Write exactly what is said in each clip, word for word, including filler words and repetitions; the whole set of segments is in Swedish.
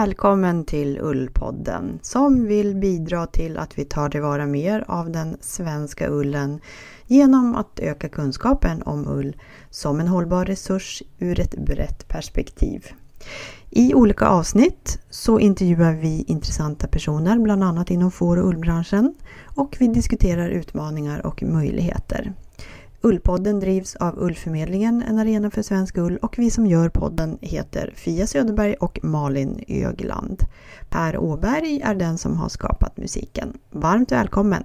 Välkommen till Ullpodden som vill bidra till att vi tar tillvara mer av den svenska ullen genom att öka kunskapen om ull som en hållbar resurs ur ett brett perspektiv. I olika avsnitt så intervjuar vi intressanta personer bland annat inom får- och ullbranschen och vi diskuterar utmaningar och möjligheter. Ullpodden drivs av Ullförmedlingen, en arena för svensk ull, och vi som gör podden heter Fia Söderberg och Malin Ögland. Per Åberg är den som har skapat musiken. Varmt välkommen!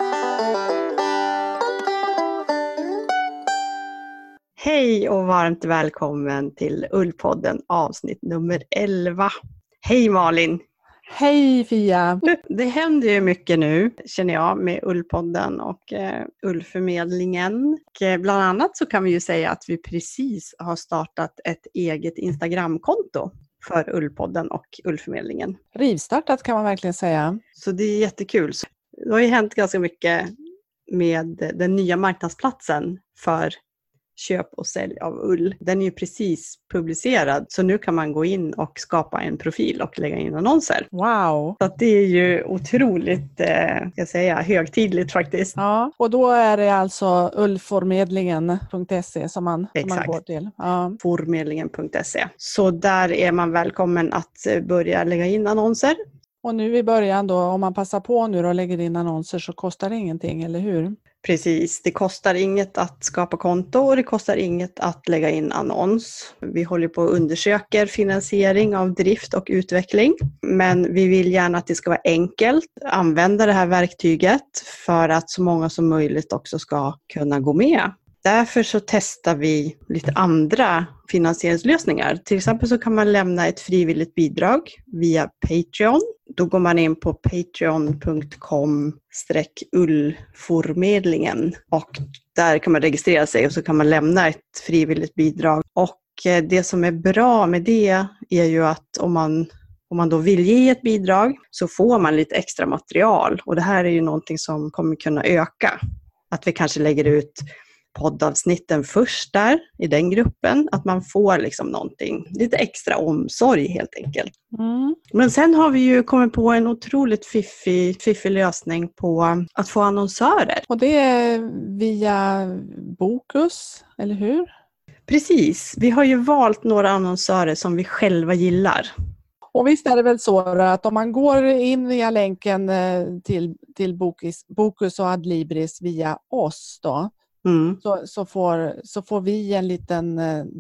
Hej och varmt välkommen till Ullpodden avsnitt nummer elva. Hej Malin! Hej Fia! Det händer ju mycket nu känner jag med Ullpodden och eh, Ullförmedlingen. Och, eh, bland annat så kan vi ju säga att vi precis har startat ett eget Instagramkonto för Ullpodden och Ullförmedlingen. Rivstartat kan man verkligen säga. Så det är jättekul. Så det har ju hänt ganska mycket med den nya marknadsplatsen för köp och sälj av ull. Den är ju precis publicerad så nu kan man gå in och skapa en profil och lägga in annonser. Wow! Så att det är ju otroligt, eh, ska jag säga, högtidligt faktiskt. Ja, och då är det alltså ullformedlingen punkt se som man, som man går till. Ja. Formedlingen punkt se. Så där är man välkommen att börja lägga in annonser. Och nu i början då, om man passar på nu och lägger in annonser så kostar det ingenting, eller hur? Precis, det kostar inget att skapa konto och det kostar inget att lägga in annons. Vi håller på att undersöka finansiering av drift och utveckling. Men vi vill gärna att det ska vara enkelt att använda det här verktyget för att så många som möjligt också ska kunna gå med. Därför så testar vi lite andra finansieringslösningar. Till exempel så kan man lämna ett frivilligt bidrag via Patreon. Då går man in på patreon punkt com slash ullformedlingen och där kan man registrera sig och så kan man lämna ett frivilligt bidrag. Och det som är bra med det är ju att om man, om man då vill ge ett bidrag så får man lite extra material. Och det här är ju någonting som kommer kunna öka. Att vi kanske lägger ut poddavsnitten först där i den gruppen. Att man får liksom någonting, lite extra omsorg helt enkelt. Mm. Men sen har vi ju kommit på en otroligt fiffig, fiffig lösning på att få annonsörer. Och det är via Bokus, eller hur? Precis, vi har ju valt några annonsörer som vi själva gillar. Och visst är det väl så att om man går in via länken till, till Bokus, Bokus och Adlibris via oss då, Mm. Så, så, får, så får vi en liten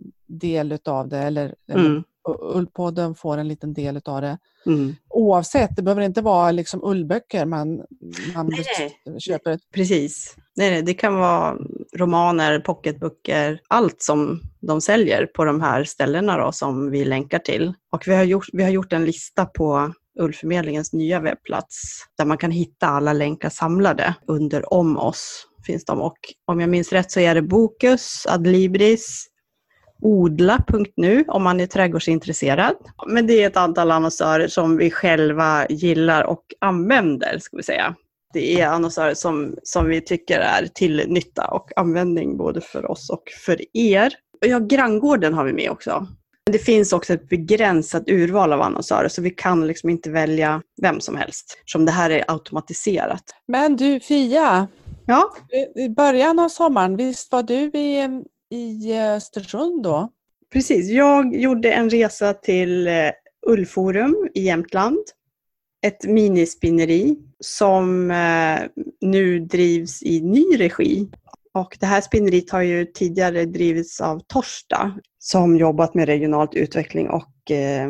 del utav det eller, mm. eller Ullpodden får en liten del utav det. Mm. Oavsett, det behöver inte vara liksom ullböcker man, man nej, köper. Precis. Nej, nej, det kan vara romaner, pocketböcker, allt som de säljer på de här ställena då, som vi länkar till. Och vi har gjort, vi har gjort en lista på Ullförmedlingens nya webbplats där man kan hitta alla länkar samlade under om oss. Finns de. Och om jag minns rätt så är det Bokus, Adlibris, odla punkt nu om man är trädgårdsintresserad. Men det är ett antal annonsörer som vi själva gillar och använder, ska vi säga. Det är annonsörer som, som vi tycker är till nytta och användning både för oss och för er. Och ja, Granngården har vi med också. Men det finns också ett begränsat urval av annonsörer så vi kan liksom inte välja vem som helst som det här är automatiserat. Men du Fia, ja? i början av sommaren, visst var du i, i Östersund då? Precis, jag gjorde en resa till Ullforum i Jämtland. Ett minispinneri som nu drivs i ny regi. Och det här spinneriet har ju tidigare drivits av Torsta som jobbat med regionalt utveckling och eh,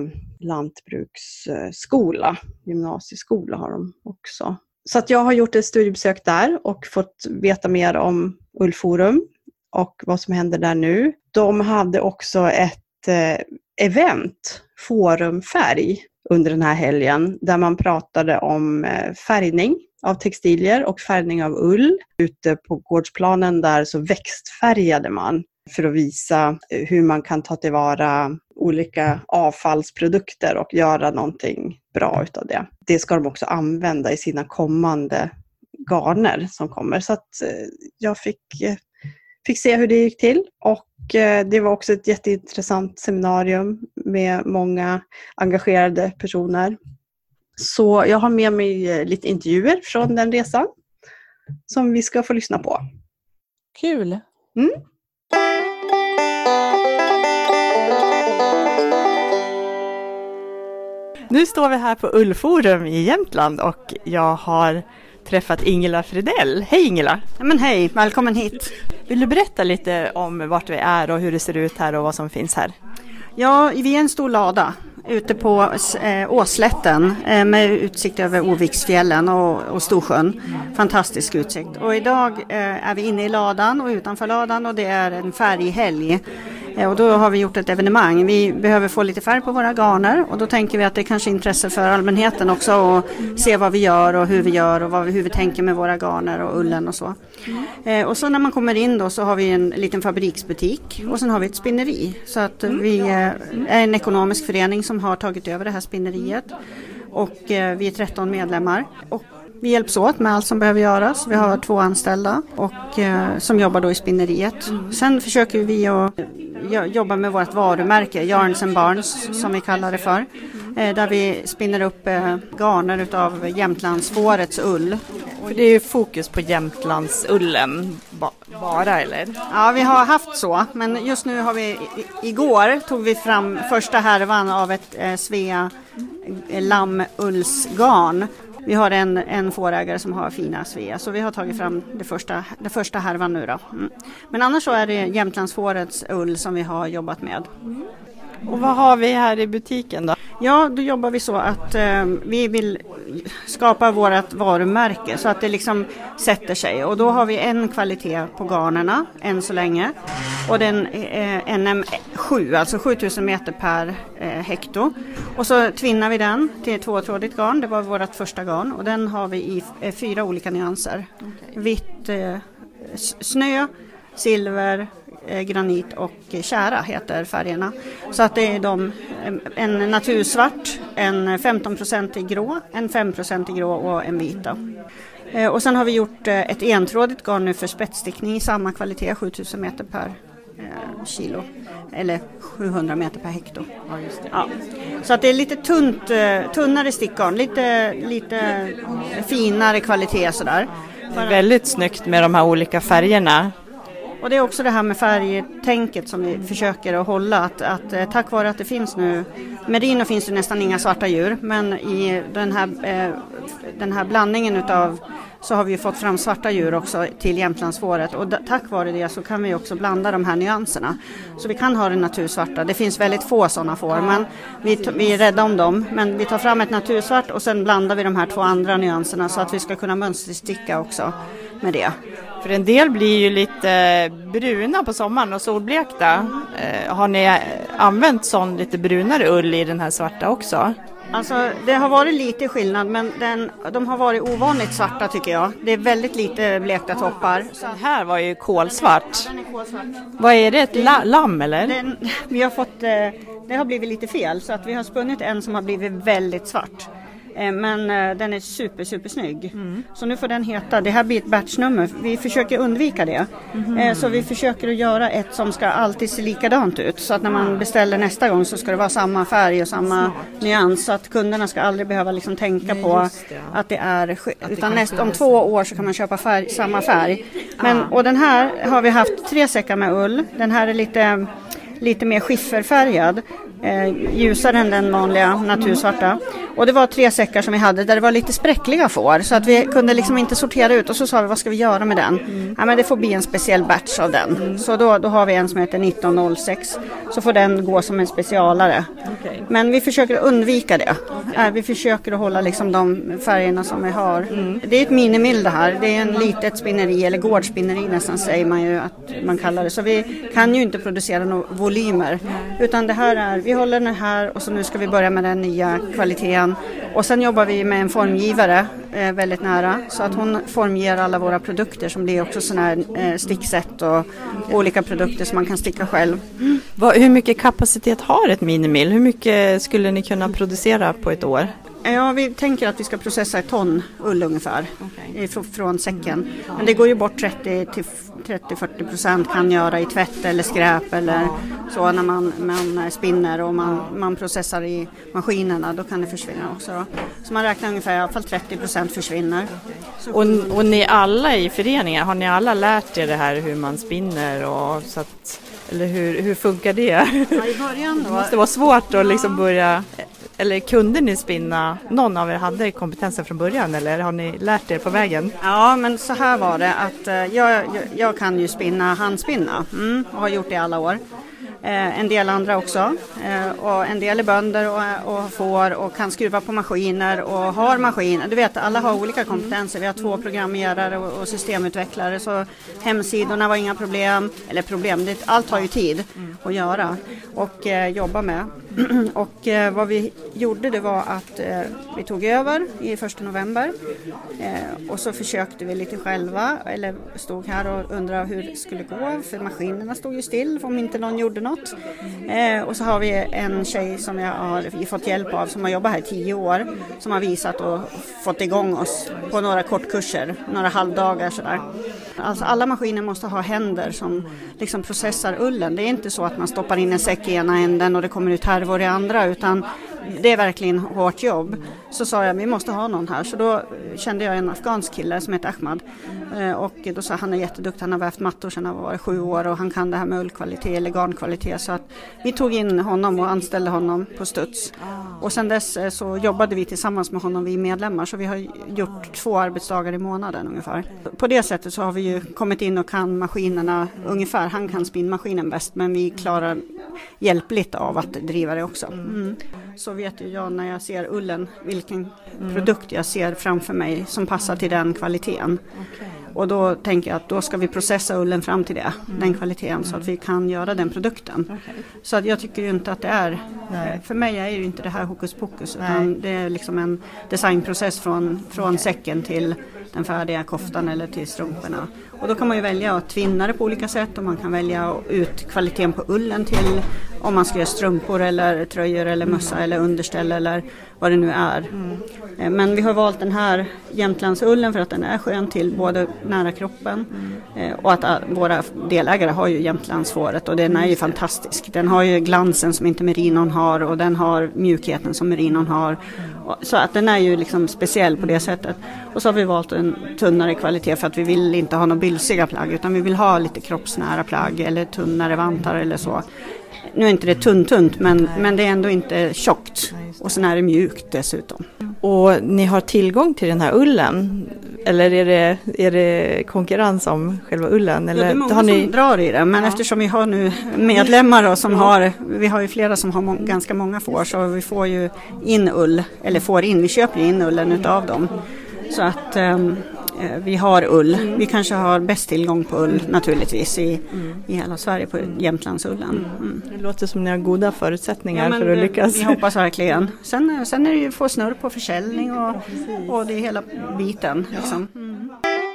lantbruksskola. Gymnasieskola har de också. Så att jag har gjort ett studiebesök där och fått veta mer om Ullforum och vad som händer där nu. De hade också ett eh, event, Forumfärg, under den här helgen där man pratade om eh, färgning av textilier och färgning av ull. Ute på gårdsplanen där så växtfärgade man för att visa hur man kan ta tillvara olika avfallsprodukter och göra någonting bra utav det. Det ska de också använda i sina kommande garner som kommer. Så att jag fick fick se hur det gick till. Och det var också ett jätteintressant seminarium med många engagerade personer. Så jag har med mig lite intervjuer från den resan som vi ska få lyssna på. Kul! Mm. Nu står vi här på Ullforum i Jämtland och jag har träffat Ingela Fridell. Hej Ingela! Ja, men hej, välkommen hit! Vill du berätta lite om vart vi är och hur det ser ut här och vad som finns här? Ja, vi är en stor lada ute på eh, Åslätten eh, med utsikt över Oviksfjällen och, och Storsjön. Fantastisk utsikt. Och idag eh, är vi inne i ladan och utanför ladan och det är en färghelg. Eh, och då har vi gjort ett evenemang. Vi behöver få lite färg på våra garner och då tänker vi att det är kanske intresse för allmänheten också att se vad vi gör och hur vi gör och vad vi, hur vi tänker med våra garner och ullen och så. Eh, och så när man kommer in då så har vi en liten fabriksbutik och sen har vi ett spinneri. Så att vi eh, är en ekonomisk förening som har tagit över det här spinneriet och eh, vi är tretton medlemmar och vi hjälps åt med allt som behöver göras. Vi har två anställda och, eh, som jobbar då i spinneriet. Sen försöker vi att eh, jobba med vårt varumärke Yarns and Barns som vi kallar det för. Eh, där vi spinner upp eh, garner utav Jämtlandsfårets ull. För det är ju fokus på Jämtlandsullen ba- bara, eller? Ja, vi har haft så. Men just nu har vi, i, igår tog vi fram första härvan av ett eh, Svea eh, lammullsgarn. Vi har en, en fårägare som har fina Svea, så vi har tagit fram det första, det första härvan nu då. Mm. Men annars så är det Jämtlandsfårets ull som vi har jobbat med. Och vad har vi här i butiken då? Ja, då jobbar vi så att eh, vi vill skapa vårt varumärke så att det liksom sätter sig. Och då har vi en kvalitet på garnerna än så länge. Och den är eh, N M sju, alltså sjutusen meter per eh, hekto. Och så tvinnar vi den till tvåtrådigt garn. Det var vårt första garn. Och den har vi i eh, fyra olika nyanser. Okay. Vitt, eh, snö, silver, eh, granit och kära heter färgerna. Så att det är de, en natursvart, en femton procent i grå, en fem procent i grå och en vita. Eh, och sen har vi gjort eh, ett entrådigt garn nu för spetsstickning i samma kvalitet, sjutusen meter per eh, kilo. Eller sjuhundra meter per hekto. Ja, just det. Ja. Så att det är lite tunt, eh, tunnare stickgarn, lite, lite finare kvalitet sådär. Det är väldigt snyggt med de här olika färgerna. Och det är också det här med färgtänket som vi försöker att hålla. Att, att, eh, tack vare att det finns nu, merino finns det nästan inga svarta djur. Men i den här, eh, den här blandningen utav så har vi fått fram svarta djur också till Jämtlandsfåret. Och d- tack vare det så kan vi också blanda de här nyanserna. Så vi kan ha det natursvarta. Det finns väldigt få sådana får, men vi, t- vi är rädda om dem. Men vi tar fram ett natursvart och sen blandar vi de här två andra nyanserna så att vi ska kunna mönstersticka också med det. För en del blir ju lite bruna på sommaren och solblekta. Eh, har ni använt sån lite brunare ull i den här svarta också? Alltså det har varit lite skillnad, men den, de har varit ovanligt svarta tycker jag. Det är väldigt lite blekta toppar. Så det här var ju kolsvart. Den är kolsvart. Vad är det? Ett la- lamm eller? Den, vi har fått, eh, det har blivit lite fel så att vi har spunnit en som har blivit väldigt svart. Men den är super, super snygg. Mm. Så nu får den heta, det här blir ett batchnummer. Vi försöker undvika det. Mm. Så vi försöker att göra ett som ska alltid se likadant ut. Så att när man beställer nästa gång så ska det vara samma färg och samma Smart. nyans. Så att kunderna ska aldrig behöva liksom tänka Nej, på det. att det är... Att utan det näst, om två år så kan man köpa färg, samma färg. Men, och den här har vi haft tre säckar med ull. Den här är lite, lite mer skifferfärgad. Eh, ljusare än den vanliga natursvarta. Och det var tre säckar som vi hade där det var lite spräckliga får. Så att vi kunde liksom inte sortera ut. Och så sa vi, vad ska vi göra med den? Mm. Ja, men det får bli en speciell batch av den. Mm. Så då, då har vi en som heter nitton noll sex. Så får den gå som en specialare. Okay. Men vi försöker undvika det. Okay. Eh, vi försöker att hålla liksom de färgerna som vi har. Mm. Det är ett minimill det här. Det är en litet spinneri, eller gårdspinneri nästan säger man ju att man kallar det. Så vi kan ju inte producera några volymer. Mm. Utan det här är, vi håller den här och så nu ska vi börja med den nya kvaliteten. Och sen jobbar vi med en formgivare eh, väldigt nära så att hon formger alla våra produkter som blir också sådana här eh, sticksätt och olika produkter som man kan sticka själv. Mm. Vad, hur mycket kapacitet har ett minimill? Hur mycket skulle ni kunna producera på ett år? Ja, vi tänker att vi ska processa ett ton ull ungefär okay. från säcken. Men det går ju bort trettio till fyrtio procent kan göra i tvätt eller skräp eller så när man, man spinner och man, man processar i maskinerna, då kan det försvinna också då. Så man räknar ungefär i alla fall trettio procent försvinner. Och, och ni alla i föreningen, har ni alla lärt er det här hur man spinner och så att, eller hur, hur funkar det? Ja, i början då. Det måste vara svårt att liksom börja, eller kunde ni spinna, någon av er hade kompetensen från början eller har ni lärt er på vägen? Ja, men så här var det att jag, jag, jag kan ju spinna, handspinna mm, och har gjort det i alla år. Eh, en del andra också eh, och en del är bönder och, och får och kan skruva på maskiner och har maskiner. Du vet, alla har olika kompetenser. Vi har två programmerare och, och systemutvecklare, så hemsidorna var inga problem, eller problem, det, allt har ju tid att göra och eh, jobba med. Och eh, vad vi gjorde det var att eh, vi tog över i första november eh, och så försökte vi lite själva, eller stod här och undrade hur det skulle gå, för maskinerna stod ju still om inte någon gjorde något. Eh, och så har vi en tjej som jag har fått hjälp av som har jobbat här i tio år, som har visat och fått igång oss på några kortkurser, några halvdagar sådär. Alltså alla maskiner måste ha händer som liksom processar ullen. Det är inte så att man stoppar in en säck i ena änden och det kommer ut härvor i andra, utan det är verkligen hårt jobb. Så sa jag, vi måste ha någon här. Så då kände jag en afghansk kille som heter Ahmad. Och då sa han är jätteduktig, han har vävt mattor sedan han var sju år och han kan det här med ullkvalitet eller garnkvalitet. Så att vi tog in honom och anställde honom på studs. Och sen dess så jobbade vi tillsammans med honom, vi medlemmar. Så vi har gjort två arbetsdagar i månaden ungefär. På det sättet så har vi ju kommit in och kan maskinerna ungefär. Han kan spinnmaskinen bäst, men vi klarar hjälpligt av att driva det också. Mm. Så vet ju jag när jag ser ullen vilken mm. produkt jag ser framför mig som passar till den kvaliteten. Okay. Och då tänker jag att då ska vi processa ullen fram till det, mm. den kvaliteten, mm. så att vi kan göra den produkten. Okay. Så att jag tycker ju inte att det är, Nej. för mig är ju inte det här hokus pokus, utan det är liksom en designprocess från, från okay. säcken till den färdiga koftan eller till strumporna. Och då kan man ju välja att tvinna det på olika sätt, och man kan välja ut kvaliteten på ullen till om man ska göra strumpor eller tröjor eller mössa mm. eller underställ eller vad det nu är. Mm. Men vi har valt den här Jämtlandsullen för att den är skön till både nära kroppen mm. och att våra delägare har ju Jämtlandsfåret och den är ju fantastisk. Den har ju glansen som inte merinon har och den har mjukheten som merinon har. Så att den är ju liksom speciell på det sättet. Och så har vi valt en tunnare kvalitet för att vi vill inte ha några bylsiga plagg, utan vi vill ha lite kroppsnära plagg eller tunnare vantar eller så. Nu är inte det tunt tunt men, men det är ändå inte tjockt. Och sen är det mjukt dessutom. Och ni har tillgång till den här ullen? Eller är det, är det konkurrens om själva ullen? Eller ja, det är många har ni... som drar i det. Men ja. eftersom vi har nu medlemmar då, som ja. har, vi har ju flera som har må- ganska många får, så vi får ju in ull, eller får in, vi köper ju in ullen utav dem. Så att um, vi har ull. Mm. Vi kanske har bäst tillgång på ull naturligtvis i, mm. i hela Sverige på Jämtlandsullen. Mm. Det låter som ni har goda förutsättningar ja, för att vi, lyckas. Vi hoppas verkligen. Sen, sen är det ju få snurr på försäljning och, och det är hela biten. Liksom. Mm.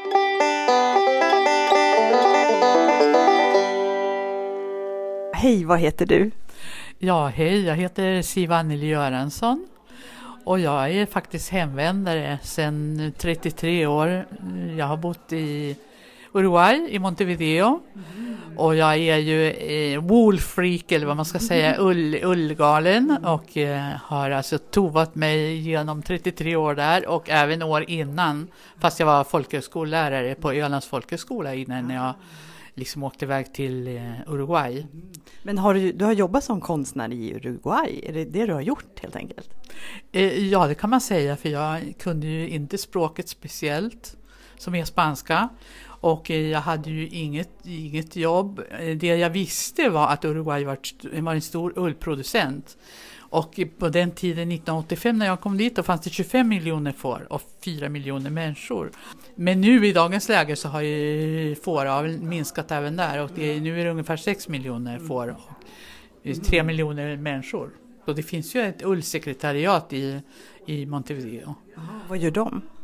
Hej, vad heter du? Ja, hej. Jag heter Siv Anneli Göransson. Och jag är faktiskt hemvändare sedan trettiotre år. Jag har bott i Uruguay, i Montevideo. Mm. Och jag är ju eh, woolfreak, eller vad man ska säga, ull, ullgalen. Och eh, har alltså tovat mig genom trettiotre år där. Och även år innan, fast jag var folkhögskollärare på Ölands folkhögskola innan jag liksom åkte iväg till eh, Uruguay. Men har du, du har jobbat som konstnär i Uruguay? Är det det du har gjort helt enkelt? Eh, ja, det kan man säga, för jag kunde ju inte språket speciellt, som är spanska. Och eh, jag hade ju inget, inget jobb. Det jag visste var att Uruguay var, var en stor ullproducent. Och på den tiden, nittonhundraåttiofem, när jag kom dit, då fanns det tjugofem miljoner får och fyra miljoner människor. Men nu i dagens läge så har ju fåravel minskat även där. Och det är, nu är det ungefär sex miljoner får och tre miljoner människor. Och det finns ju ett ullsekretariat i, i Montevideo. Aha, vad gör de?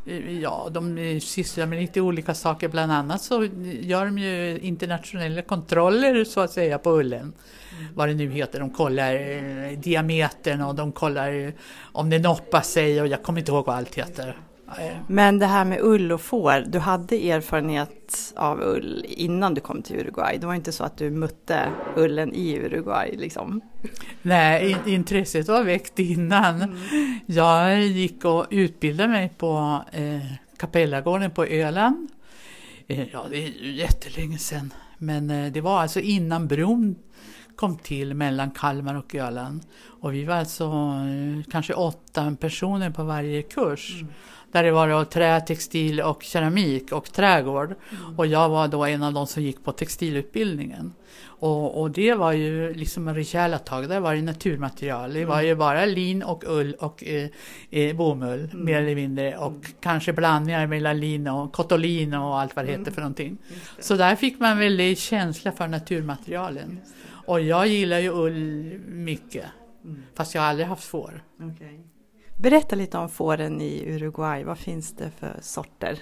Ja, de sysslar med lite olika saker. Bland annat så gör de ju internationella kontroller så att säga på ullen. Mm. Vad det nu heter. De kollar eh, diametern och de kollar om det noppar sig och jag kommer inte ihåg vad allt heter. Men det här med ull och får, du hade erfarenhet av ull innan du kom till Uruguay. Det var inte så att du mötte ullen i Uruguay liksom? Nej, intresset var väckt innan. Mm. Jag gick och utbildade mig på eh, Kapellagården på Öland. Eh, ja, det är ju jättelänge sedan. Men eh, det var alltså innan bron kom till mellan Kalmar och Öland. Och vi var alltså eh, kanske åtta personer på varje kurs. Mm. Där det var då trä, textil och keramik och trädgård. Mm. Och jag var då en av de som gick på textilutbildningen. Och, och det var ju liksom en rejäla tag. Där var det naturmaterial. Det var ju bara lin och ull och eh, eh, bomull mm. mer eller mindre. Och mm. kanske blandningar mellan lin och kotolin och allt vad det heter mm. för någonting. Så där fick man väldigt känsla för naturmaterialen. Och jag gillar ju ull mycket. Mm. Fast jag har aldrig haft får. Okay. Berätta lite om fåren i Uruguay. Vad finns det för sorter?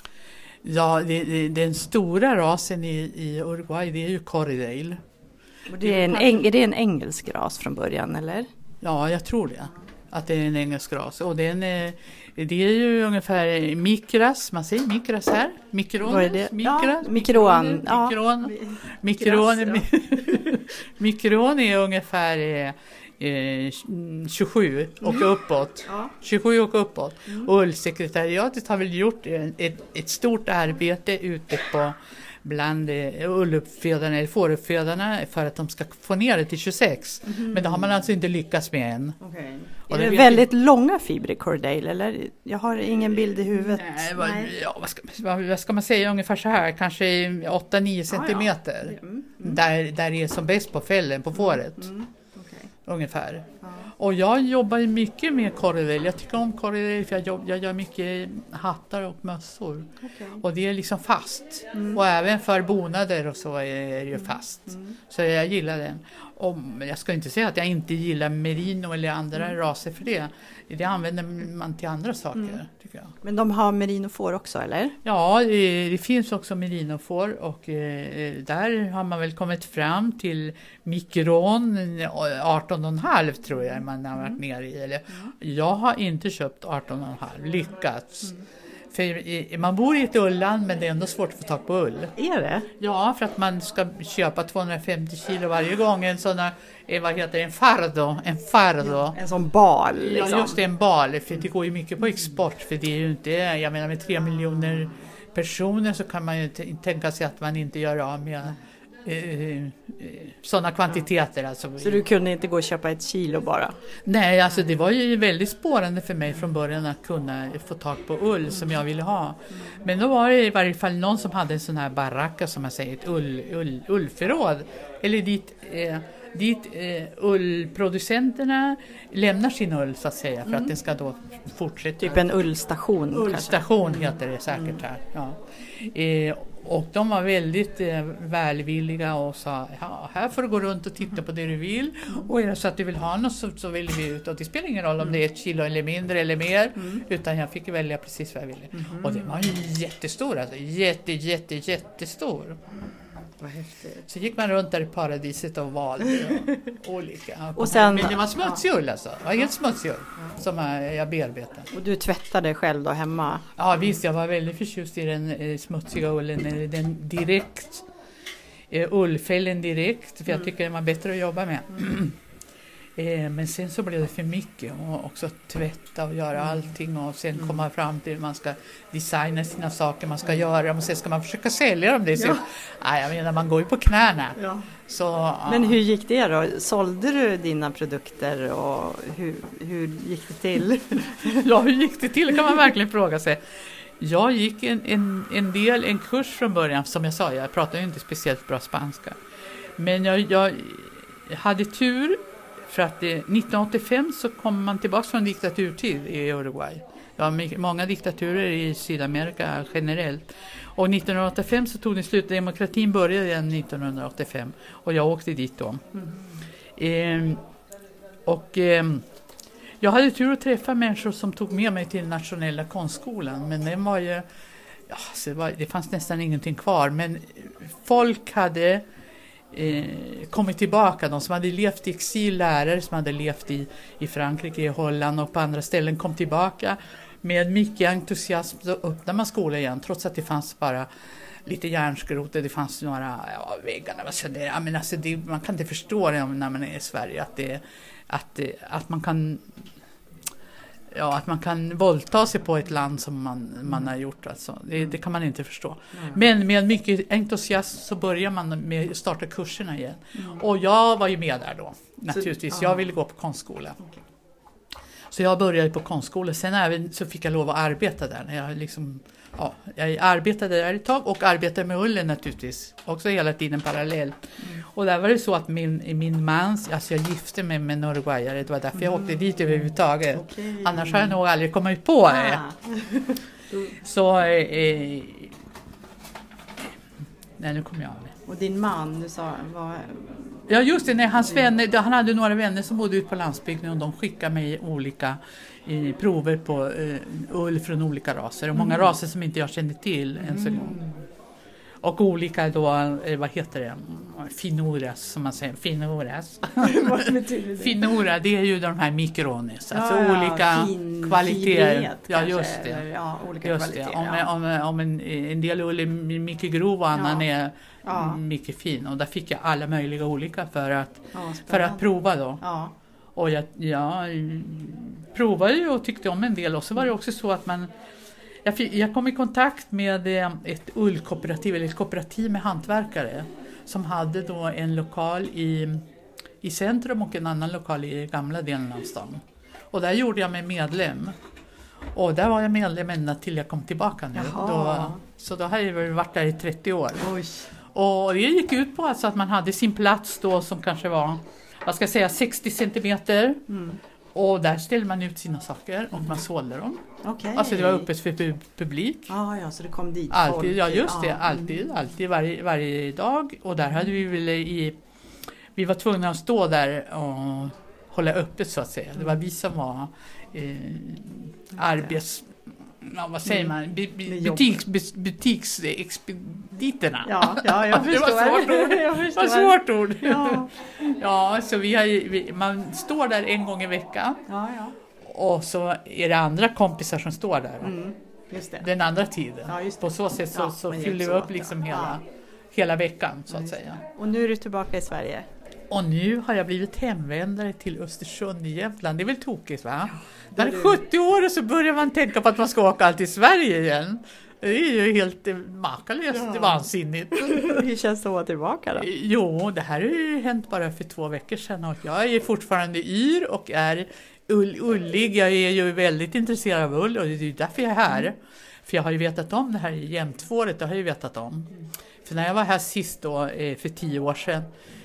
Ja, det, det, den stora rasen i, i Uruguay det är ju Corriedale. Och det är, en, är det en engelsk ras från början eller? Ja, jag tror det. Att det är en engelsk ras. Och den är, det är ju ungefär mikras. Man säger mikras här. Mikron. Vad är det? Mikras, ja, mikron. Mikron. Ja. Mikron. Mikron, ja. Mikron är ungefär eh, tjugosju och uppåt. Ja. tjugosju och uppåt. Mm. Och ullsekretariatet har väl gjort ett, ett stort arbete ute på bland ulluppfödarna eller fåruppfödarna för att de ska få ner det till tjugosex. Mm. Men det har man alltså inte lyckats med än. Okay. Är det, det väldigt jag... långa fibrer i Corriedale eller? Jag har ingen bild i huvudet. Nej, vad, Nej. Ja, vad, ska, vad, vad ska man säga ungefär så här? Kanske åtta nio centimeter. Ja, ja. Mm. Mm. Där, där det är som bäst på fällen på fåret. Mm. Okay. Ungefär. Ja. Och jag jobbar mycket med Corriedale. Jag tycker om Corriedale för jag, jobb, jag gör mycket hattar och mössor. Okay. Och det är liksom fast. Mm. Och även för bonader och så är det ju fast. Mm. Så jag gillar den. Och jag ska inte säga att jag inte gillar merino eller andra mm. raser för det. Det använder man till andra saker, mm. tycker jag. Men de har merinofår också, eller? Ja, det, det finns också merinofår och eh, där har man väl kommit fram till mikron arton komma fem tror jag man har varit nere i. Eller, mm. Jag har inte köpt arton komma fem, lyckats. Mm. För man bor i ett ulland men det är ändå svårt att få tag på ull. Är det? Ja, för att man ska köpa tvåhundrafemtio kilo varje gång. En sån här, vad heter det, en fardo. En fardo. Ja, en sån bal liksom. Ja, just det, en bal. För det går ju mycket på export. För det är ju inte, jag menar med tre miljoner personer så kan man ju t- tänka sig att man inte gör av med eh, sådana kvantiteter. Alltså. Så du kunde inte gå och köpa ett kilo bara? Nej, alltså det var ju väldigt spårande för mig från början att kunna få tag på ull som jag ville ha. Men då var det i varje fall någon som hade en sån här baracka som man säger, ett ull, ull, ullförråd. Eller dit, eh, dit eh, ullproducenterna lämnar sin ull så att säga för mm. att den ska då fortsätta. Typ en ullstation. Ullstation kanske. Heter det säkert här. Ja. Eh, Och de var väldigt eh, välvilliga och sa, ja, här får du gå runt och titta på det du vill. Och är det så att du vill ha något så, så vill vi ut. Och det spelar ingen roll om det är ett kilo eller mindre eller mer. Mm. Utan jag fick välja precis vad jag ville. Mm. Och det var ju jättestor, alltså jätte, jätte, jättestor. Vad häftigt. Så gick man runt där i paradiset och valde och olika. Och sen, men det var smutsig ull alltså. Det var helt smutsig ull som jag bearbetade. Och du tvättade själv då hemma? Ja visst, jag var väldigt förtjust i den eh, smutsiga ullen. Den direkt, eh, ullfällen direkt. För jag mm. tycker den var bättre att jobba med. Mm. Eh, men sen så blev det för mycket och också tvätta och göra allting och sen mm. komma fram till hur man ska designa sina saker man ska göra och sen ska man försöka sälja dem. Det så, ja. Nej, jag menar man går ju på knäna. Ja. Så, ja. Men hur gick det då? Sålde du dina produkter och hur, hur gick det till? Ja, hur gick det till kan man verkligen fråga sig. Jag gick en, en, en del, en kurs från början, som jag sa, jag pratade ju inte speciellt bra spanska. Men jag, jag hade tur. För att nittonhundraåttiofem så kommer man tillbaka från diktaturtid i Uruguay. Det var många diktaturer i Sydamerika generellt. Och nittonhundraåttiofem så tog det slut. Demokratin började nittonhundraåttiofem. Och jag åkte dit då. Mm. Eh, och eh, Jag hade tur att träffa människor som tog med mig till nationella konstskolan, men den var ju, ja, så det, var, det fanns nästan ingenting kvar, men folk hade eh, kommit tillbaka, de som hade levt i exil, lärare som hade levt i, i Frankrike, i Holland och på andra ställen kom tillbaka med mycket entusiasm. Så öppnade man skolan igen, trots att det fanns bara lite järnskrot, det fanns några ja, väggarna. Så det, ja, men alltså det, man kan inte förstå det när man är i Sverige, att, det, att, det, att man kan ja, att man kan våldta sig på ett land som man, man har gjort. Alltså. Det, det kan man inte förstå. Mm. Men med mycket entusiasm så börjar man med att starta kurserna igen. Mm. Och jag var ju med där då, naturligtvis. Så, jag ville gå på konstskola. Okay. Så jag började på konstskola. Sen även så fick jag lov att arbeta där. När jag, liksom, ja, jag arbetade där ett tag och arbetade med ullen naturligtvis. Också hela tiden parallellt. Mm. Och där var det så att min, min mans, alltså jag gifte mig med en uruguayare. Det var därför jag mm. åkte dit överhuvudtaget. Okay. Annars har jag nog aldrig kommit på det. Ah. Så, eh, nej nu kommer jag med. Och din man, du sa, var... Ja just det, nej, hans vänner, han hade några vänner som bodde ute på landsbygden och de skickade mig olika eh, prover på eh, ull från olika raser. Och många mm. raser som inte jag kände till mm. ens en gång. Och olika då, eh, vad heter det? Finoras som man säger, finoras. Vad betyder det? Finora, det är ju de här mikrones, alltså ja, olika fin, kvaliteter. Ja just det. Eller, ja, olika just kvaliteter. Det. Om, ja. om, om en, en del ull är mycket grov och annan ja. är ja. mycket fin. Och där fick jag alla möjliga olika för att, ja, för att prova då. Ja. Och jag, jag provade ju och tyckte om en del. Och så var det också så att man... Jag, fick, jag kom i kontakt med ett ullkooperativ, eller ett kooperativ med hantverkare. Som hade då en lokal i, i centrum och en annan lokal i gamla delen av stan. Och där gjorde jag mig medlem. Och där var jag medlem ända till jag kom tillbaka nu. Då, så då har jag varit där i trettio år. Oj. Och det gick ut på alltså att man hade sin plats då som kanske var, vad ska jag säga, sextio centimeter. Mm. Och där ställde man ut sina saker och man sålde dem. Okay. Alltså det var öppet för publik. Ah, ja, så det kom dit alltid, folk. Ja, just det. Alltid, alltid varje, varje dag. Och där hade vi väl i... Vi var tvungna att stå där och hålla öppet så att säga. Det var vi som var eh, arbets... Ja, vad säger man? Butiks, butiksexpediterna. Ja, ja, jag förstår. Det var svårt ord. Det var svårt ord. Ja. Ja, så vi har, vi, man står där en gång i veckan. Ja, ja. Och så är det andra kompisar som står där. Mm, just det. Den andra tiden. Ja, just det. På så sätt så, ja, så fyller vi upp liksom ja. hela, hela veckan så att säga. Och nu är du tillbaka i Sverige. Och nu har jag blivit hemvändare till Östersund i Jämtland. Det är väl tokigt va? Ja, när det är sjuttio år och så börjar man tänka på att man ska åka alltid till Sverige igen. Det är ju helt makalöst, ja. vansinnigt. Hur känns det att vara tillbaka då? Jo, det här har ju hänt bara för två veckor sedan. Och jag är fortfarande yr och är ull, ullig. Jag är ju väldigt intresserad av ull och det är därför jag är här. Mm. För jag har ju vetat om det här i jämtfåret, det har jag ju vetat om. Mm. För när jag var här sist då, för tio år sedan,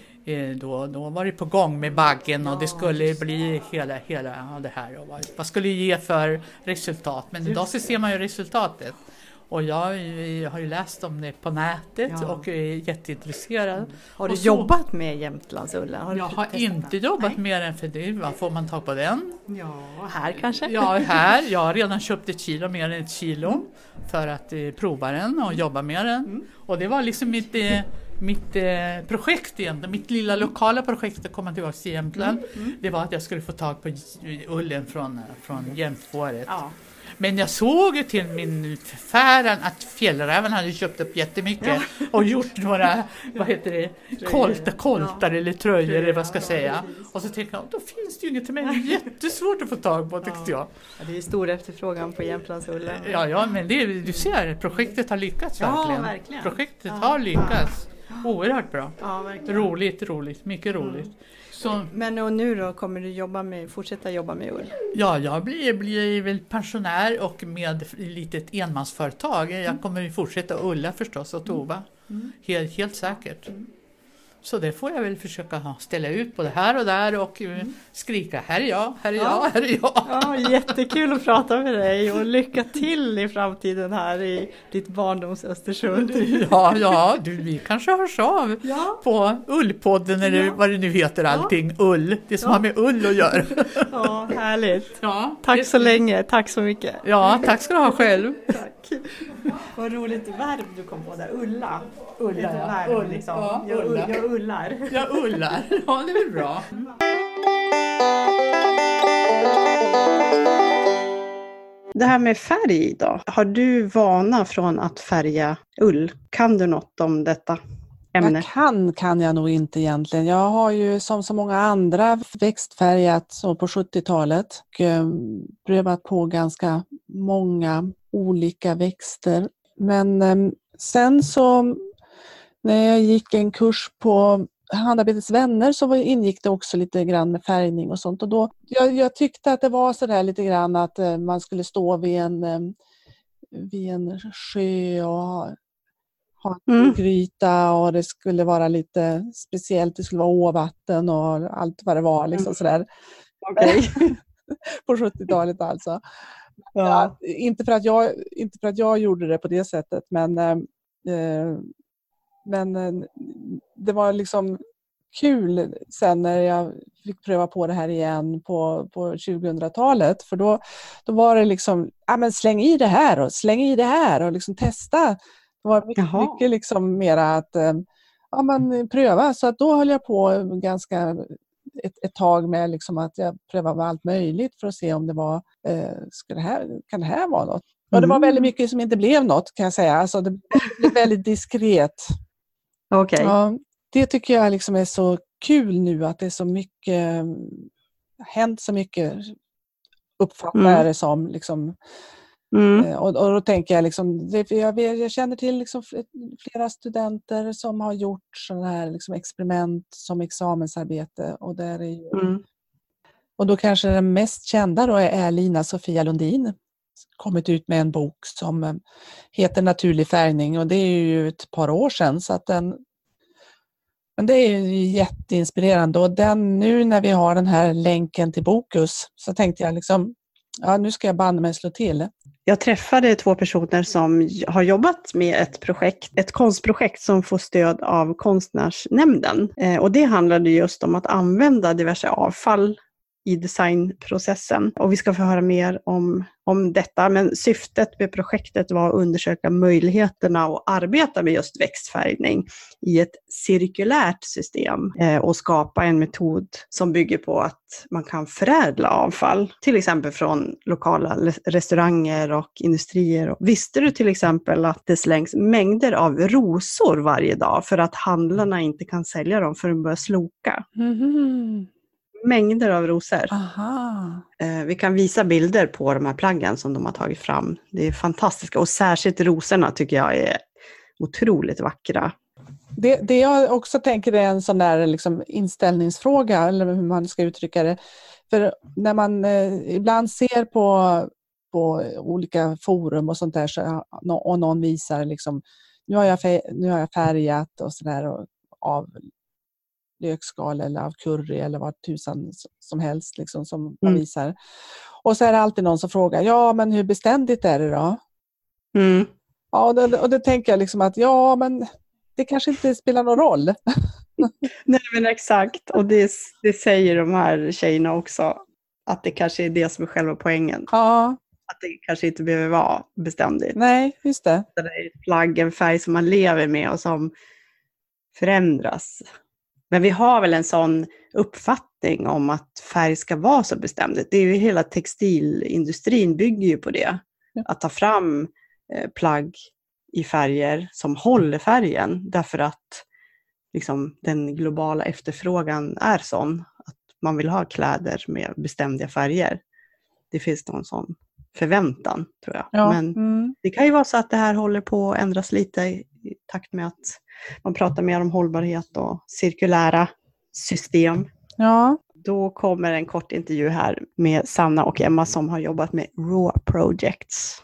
Då, då var det på gång med baggen och det skulle bli hela, hela det här. Och vad, vad skulle det ge för resultat? Men idag så ser man ju resultatet. Och jag, jag har ju läst om det på nätet ja. och är jätteintresserad. Mm. Har du så, jobbat med Jämtlandsullen? Har jag har inte jobbat Nej. med den för det. Vad får man ta på den? Ja, här kanske? Ja, här. Jag har redan köpt ett kilo, mer än ett kilo. Mm. För att eh, prova den och jobba med den. Mm. Och det var liksom mitt... Eh, Mitt eh, projekt egentligen, mitt lilla lokala projekt att komma tillbaka till Jämtland, mm, mm. det var att jag skulle få tag på ullen från, från Jämtfåret. Ja. Men jag såg ju till min förfäran att Fjällräven hade köpt upp jättemycket ja. och gjort några, vad heter det, koltar, koltar ja. eller tröjor eller vad ska jag säga. Och så tänkte jag, då finns det ju inget till mig, det är jättesvårt att få tag på tyckte jag. Ja, det är stor efterfrågan på Jämtlandsullen. Ja, ja, men det, du ser, projektet har lyckats verkligen. Ja, verkligen. Projektet ja. har lyckats. Oerhört bra. Ja, roligt, roligt, mycket roligt. Mm. Så, men och nu då kommer du jobba med, fortsätta jobba med ull? Ja, jag blir, blir väl pensionär och med ett litet enmansföretag. Jag kommer fortsätta ulla förstås och tova. Mm. Helt, helt säkert. Mm. Så det får jag väl försöka ställa ut både här och där och skrika här är jag, här är jag, här är jag. Ja, jättekul att prata med dig och lycka till i framtiden här i ditt barndoms Östersund. Ja, ja, du, vi kanske hörs av ja. på Ullpodden eller ja. vad det nu heter allting, ja. Ull, det som ja. har med ull att göra. Ja, härligt. Ja, tack så länge, tack så mycket. Ja, tack ska du ha själv. Tack. Vad roligt verb du kom på där, ulla. Ulla, ja. Verb, Ull, liksom. ja, jag, ulla. jag ullar. Jag ullar, ja det är väl bra. Det här med färg då, har du vana från att färga ull? Kan du något om detta ämne? Jag kan, kan jag nog inte egentligen. Jag har ju som så många andra växtfärgat så på sjuttiotalet och eh, prövat på ganska många olika växter. Men eh, sen så när jag gick en kurs på Handarbetets vänner så ingick det också lite grann med färgning och sånt. Och då, jag, jag tyckte att det var så där lite grann att eh, man skulle stå vid en, eh, vid en sjö och ha, ha en mm. gryta och det skulle vara lite speciellt. Det skulle vara åvatten och allt vad det var liksom mm. sådär. Okay. På sjuttiotalet alltså. Ja. Ja, inte, för att jag, inte för att jag gjorde det på det sättet men eh, Men det var liksom kul sen när jag fick pröva på det här igen på, på tjugohundratalet. För då, då var det liksom, ja men släng i det här och släng i det här och liksom testa. Det var mycket, mycket liksom mera att ja, men pröva. Så att då höll jag på ganska ett, ett tag med liksom att jag prövade med allt möjligt för att se om det var, eh, ska det här, kan det här vara något? Och det var väldigt mycket som inte blev något kan jag säga. Alltså det blev väldigt diskret. Okej. Okay. Ja, det tycker jag liksom är så kul nu att det är så mycket, hänt så mycket uppfattar mm. det som liksom. Mm. Och, och då tänker jag liksom, det, jag, jag känner till liksom flera studenter som har gjort sådana här liksom experiment som examensarbete och där är ju, mm. och då kanske den mest kända då är Lina Sofia Lundin. Kommit ut med en bok som heter Naturlig färgning och det är ju ett par år sedan så att den, men det är ju jätteinspirerande och den, nu när vi har den här länken till Bokus så tänkte jag liksom, ja nu ska jag banne mig slå till. Jag träffade två personer som har jobbat med ett projekt, ett konstprojekt som får stöd av Konstnärsnämnden eh, och det handlade just om att använda diverse avfall i designprocessen. Och vi ska få höra mer om, om detta. Men syftet med projektet var att undersöka möjligheterna att arbeta med just växtfärgning i ett cirkulärt system eh, och skapa en metod som bygger på att man kan förädla avfall. Till exempel från lokala restauranger och industrier. Visste du till exempel att det slängs mängder av rosor varje dag för att handlarna inte kan sälja dem för att börja sloka? Mm-hmm. Mängder av rosor. Aha. Eh, vi kan visa bilder på de här plaggen som de har tagit fram. Det är fantastiska och särskilt rosorna tycker jag är otroligt vackra. Det, det jag också tänker är en sån där liksom inställningsfråga eller hur man ska uttrycka det. För när man eh, ibland ser på, på olika forum och sånt där så, och någon visar liksom nu har jag, fär, nu har jag färgat och sådär av lökskal eller av curry eller vad tusan som helst liksom, som man mm. visar. Och så är det alltid någon som frågar, ja men hur beständigt är det då? Mm. Ja, och det, och det tänker jag liksom att ja men det kanske inte spelar någon roll. Nej men exakt, och det, det säger de här tjejerna också, att det kanske är det som är själva poängen. Ja. Att det kanske inte behöver vara beständigt. Nej, just det. Det är ett plagg, en färg som man lever med och som förändras. Men vi har väl en sån uppfattning om att färg ska vara så beständigt. Det är ju hela textilindustrin bygger ju på det. Ja. Att ta fram eh, plagg i färger som håller färgen. Därför att liksom, den globala efterfrågan är sån. Att man vill ha kläder med beständiga färger. Det finns någon sån förväntan tror jag. Ja. Men mm. det kan ju vara så att det här håller på att ändras lite i, i takt med att man pratar mer om hållbarhet och cirkulära system. Ja. Då kommer en kort intervju här med Sanna och Emma som har jobbat med Raw Projects.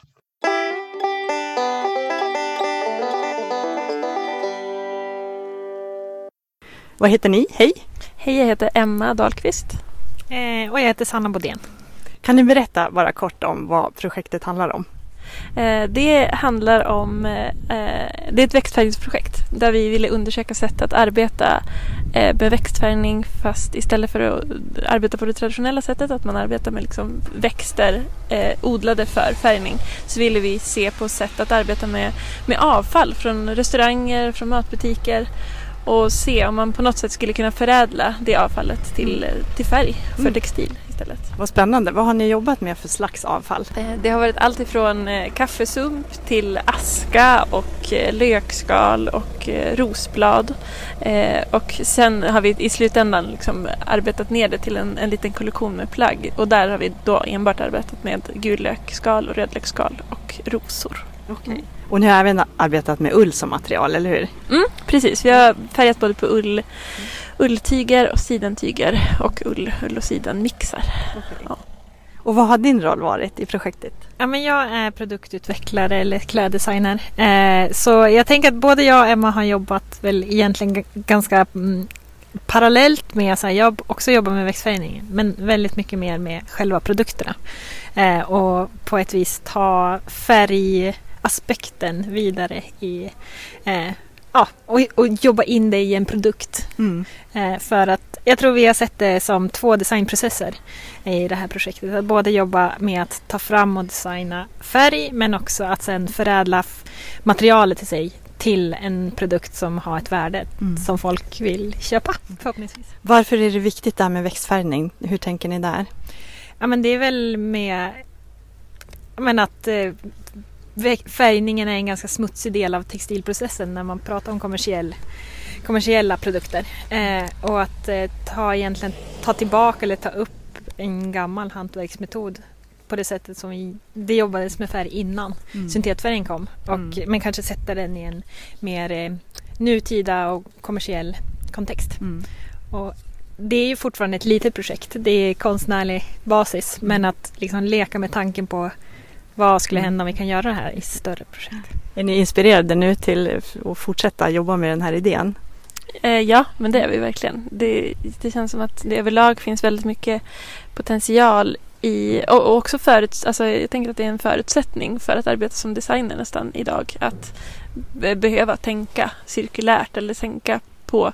Vad heter ni? Hej! Hej, jag heter Emma Dahlqvist. Eh, och jag heter Sanna Bodén. Kan ni berätta bara kort om vad projektet handlar om? Eh, det handlar om, eh, det är ett växtfärgningsprojekt där vi ville undersöka sätt att arbeta eh, med växtfärgning, fast istället för att arbeta på det traditionella sättet, att man arbetar med liksom växter eh, odlade för färgning, så ville vi se på sätt att arbeta med, med avfall från restauranger, från matbutiker, och se om man på något sätt skulle kunna förädla det avfallet till, till färg för mm. textil istället. Vad spännande. Vad har ni jobbat med för slags avfall? Det har varit allt ifrån kaffesump till aska och lökskal och rosblad. Och sen har vi i slutändan liksom arbetat ner det till en, en liten kollektion med plagg. Och där har vi då enbart arbetat med gullökskal och rödlökskal och rosor. Okej. Okay. Och ni har även arbetat med ull som material, eller hur? Mm, precis. Vi har färgat både på ull, ulltyger och sidentyger och ull, ull och sidenmixar. Okay. Ja. Och vad har din roll varit i projektet? Ja, men jag är produktutvecklare eller kläddesigner. Eh, så jag tänker att både jag och Emma har jobbat väl egentligen g- ganska mm, parallellt med, så här, jag också jobbar med växtfärgning, men väldigt mycket mer med själva produkterna. Eh, och på ett vis ta färg aspekten vidare i eh, ja, och, och jobba in det i en produkt. Mm. Eh, för att jag tror vi har sett det som två designprocesser i det här projektet. Att både jobba med att ta fram och designa färg, men också att sen förädla f- materialet i sig till en produkt som har ett värde mm. som folk vill köpa, förhoppningsvis. Varför är det viktigt där med växtfärgning? Hur tänker ni där? Ja, men det är väl med men att eh, färgningen är en ganska smutsig del av textilprocessen när man pratar om kommersiell, kommersiella produkter. Eh, och att eh, ta, egentligen, ta tillbaka eller ta upp en gammal hantverksmetod på det sättet som vi, det jobbades med färg innan mm. syntetfärgen kom. Och, mm. men kanske sätta den i en mer eh, nutida och kommersiell kontext. Mm. Och det är ju fortfarande ett litet projekt. Det är konstnärlig basis. Mm. Men att liksom leka med tanken på vad skulle hända om vi kan göra det här i större projekt. Är ni inspirerade nu till att fortsätta jobba med den här idén? Eh, ja, men det är vi verkligen. Det, det känns som att det överlag finns väldigt mycket potential i, och, och också förut, alltså jag tänker att det är en förutsättning för att arbeta som designer nästan idag. Att be- behöva tänka cirkulärt eller tänka på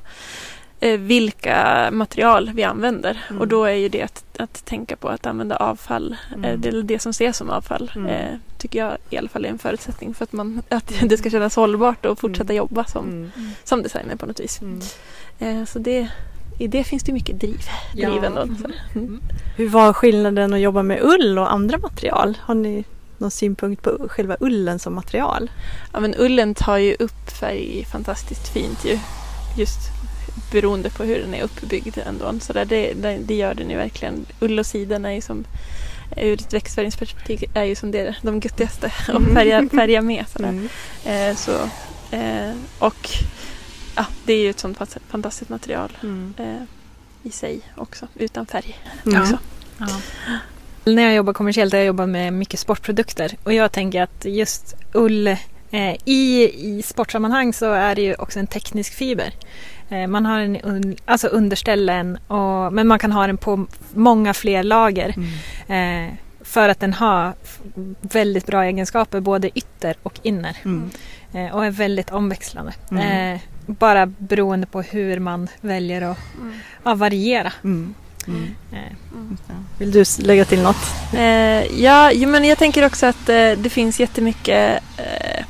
vilka material vi använder. Mm. Och då är ju det att, att tänka på att använda avfall, mm. det, det som ses som avfall, mm. eh, tycker jag i alla fall är en förutsättning för att, man, att det ska kännas hållbart och fortsätta mm. jobba som, mm. som designer på något vis. Mm. Eh, så det, i det finns det mycket driv. Ja. driv ändå. Mm. Hur var skillnaden att jobba med ull och andra material? Har ni någon synpunkt på själva ullen som material? Ja, men ullen tar ju upp färg fantastiskt fint ju. Just beroende på hur den är uppbyggd ändå. Så där, det, det, det gör den ju verkligen. Ull och siden är ju som, ur ett växtfärgningsperspektiv, är ju som det, de göttigaste att färga, färga med. Mm. Eh, så, eh, och ja, det är ju ett sånt fantastiskt material mm. eh, i sig också, utan färg. Mm. Också. Ja. När jag jobbar kommersiellt har jag jobbat med mycket sportprodukter. Och jag tänker att just ull eh, i, i sportsammanhang så är det ju också en teknisk fiber. Man har en alltså underställen, och, men man kan ha den på många fler lager mm. eh, för att den har väldigt bra egenskaper både ytter och inner mm. eh, och är väldigt omväxlande. Mm. Eh, bara beroende på hur man väljer att mm. ja, variera. Mm. Mm. Eh. Mm. Vill du lägga till något? Eh, ja, men jag tänker också att eh, det finns jättemycket eh,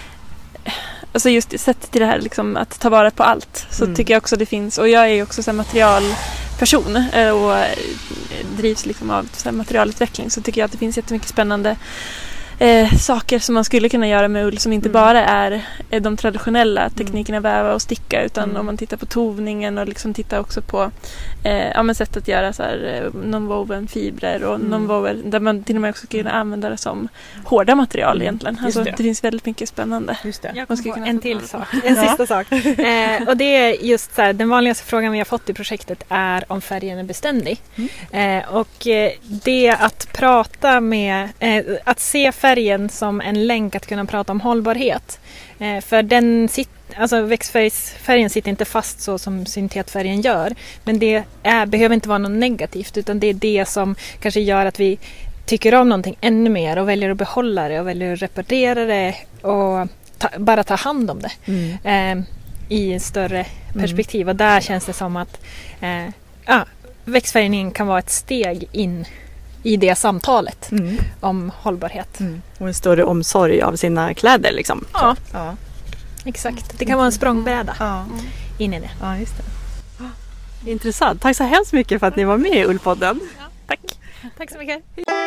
alltså just sett till det här liksom, att ta vara på allt, så mm. tycker jag också det finns, och jag är också så här, materialperson och drivs liksom av så här, materialutveckling, så tycker jag att det finns jättemycket spännande eh, saker som man skulle kunna göra med ull som inte mm. bara är, är de traditionella teknikerna mm. väva och sticka, utan mm. om man tittar på tovningen och liksom tittar också på eh, ja, men sätt att göra så här, non-woven fibrer och mm. non-woven, där man till och med också kan använda det som hårda material mm. egentligen. Alltså, det. det finns väldigt mycket spännande. Just det. Jag kommer på en till sak, en ja. sista sak. Eh, och det är just så här, den vanligaste frågan vi har fått i projektet är om färgen är beständig. Mm. Eh, och eh, det att prata med, eh, att se växtfärgen som en länk att kunna prata om hållbarhet. Eh, för den sit, alltså växtfärgen sitter inte fast så som syntetfärgen gör. Men det är, behöver inte vara något negativt, utan det är det som kanske gör att vi tycker om någonting ännu mer och väljer att behålla det och väljer att reparera det och ta, bara ta hand om det mm. eh, i en större perspektiv. Mm. Och där känns det som att eh, ja, växtfärgning kan vara ett steg in i det samtalet mm. om hållbarhet. Mm. Och en större omsorg av sina kläder liksom. Ja, ja. Exakt. Det kan vara en språngbräda ja. in i det. Ja, just det. Intressant. Tack så hemskt mycket för att ni var med i Ullpodden. Ja, tack. Tack så mycket.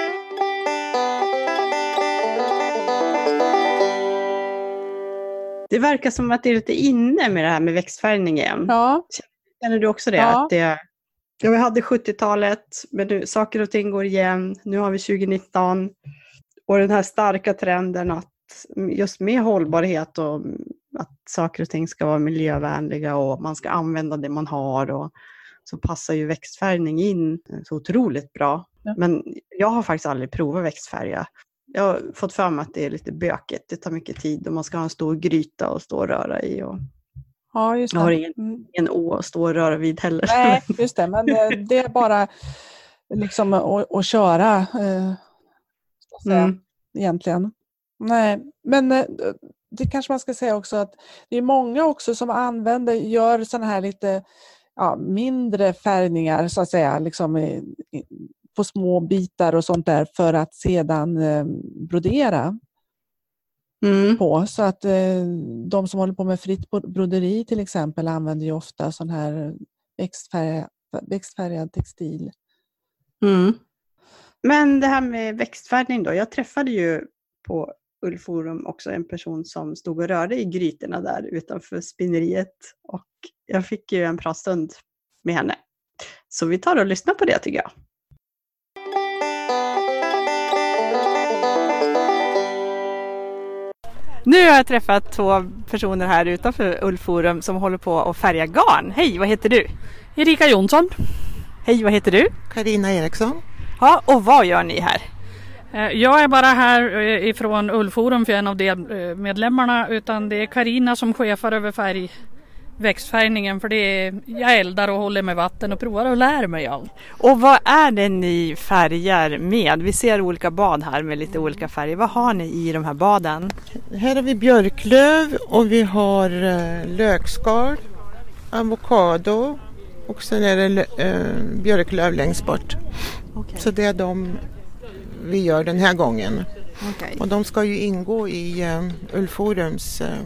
Det verkar som att det är lite inne med det här med växtfärgning igen. Ja. Känner du också det? Ja. Att det ja, vi hade sjuttiotalet, men nu, saker och ting går igen. Nu har vi tjugonitton. Och den här starka trenden att just med hållbarhet och att saker och ting ska vara miljövänliga och man ska använda det man har. Och så passar ju växtfärgning in så otroligt bra. Ja. Men jag har faktiskt aldrig provat växtfärga. Jag har fått för mig att det är lite bökigt. Det tar mycket tid och man ska ha en stor gryta och stå och röra i. Och ja, just det. Jag har ingen, ingen å att stå och röra vid heller. Nej, just det. Men det, det är bara liksom att, att köra. Eh, ska säga, mm. egentligen. Nej, men det kanske man ska säga också att det är många också som använder, gör sådana här lite ja, mindre färgningar så att säga, liksom i, i, på små bitar och sånt där för att sedan eh, brodera mm. på. Så att eh, de som håller på med fritt broderi till exempel använder ju ofta sån här växtfärgad, växtfärgad textil. Mm. Men det här med växtfärgning då, jag träffade ju på Ullforum också en person som stod och rörde i grytorna där utanför spinneriet och jag fick ju en pratstund med henne. Så vi tar och lyssnar på det tycker jag. Nu har jag träffat två personer här utanför Ullforum som håller på att färga garn. Hej, vad heter du? Erika Jonsson. Hej, vad heter du? Carina Eriksson. Ja, och vad gör ni här? Jag är bara här ifrån Ullforum för en av delmedlemmarna, utan det är Carina som chefar över färg, växtfärgningen, för det är, jag eldar och håller med vatten och provar och lär mig allt. Och vad är det ni färgar med? Vi ser olika bad här med lite olika färger. Vad har ni i de här baden? Här har vi björklöv och vi har lökskal, avokado och sen är det äh, björklöv längst bort. Okay. Så det är de vi gör den här gången. Okay. Och de ska ju ingå i uh, Ullforums uh,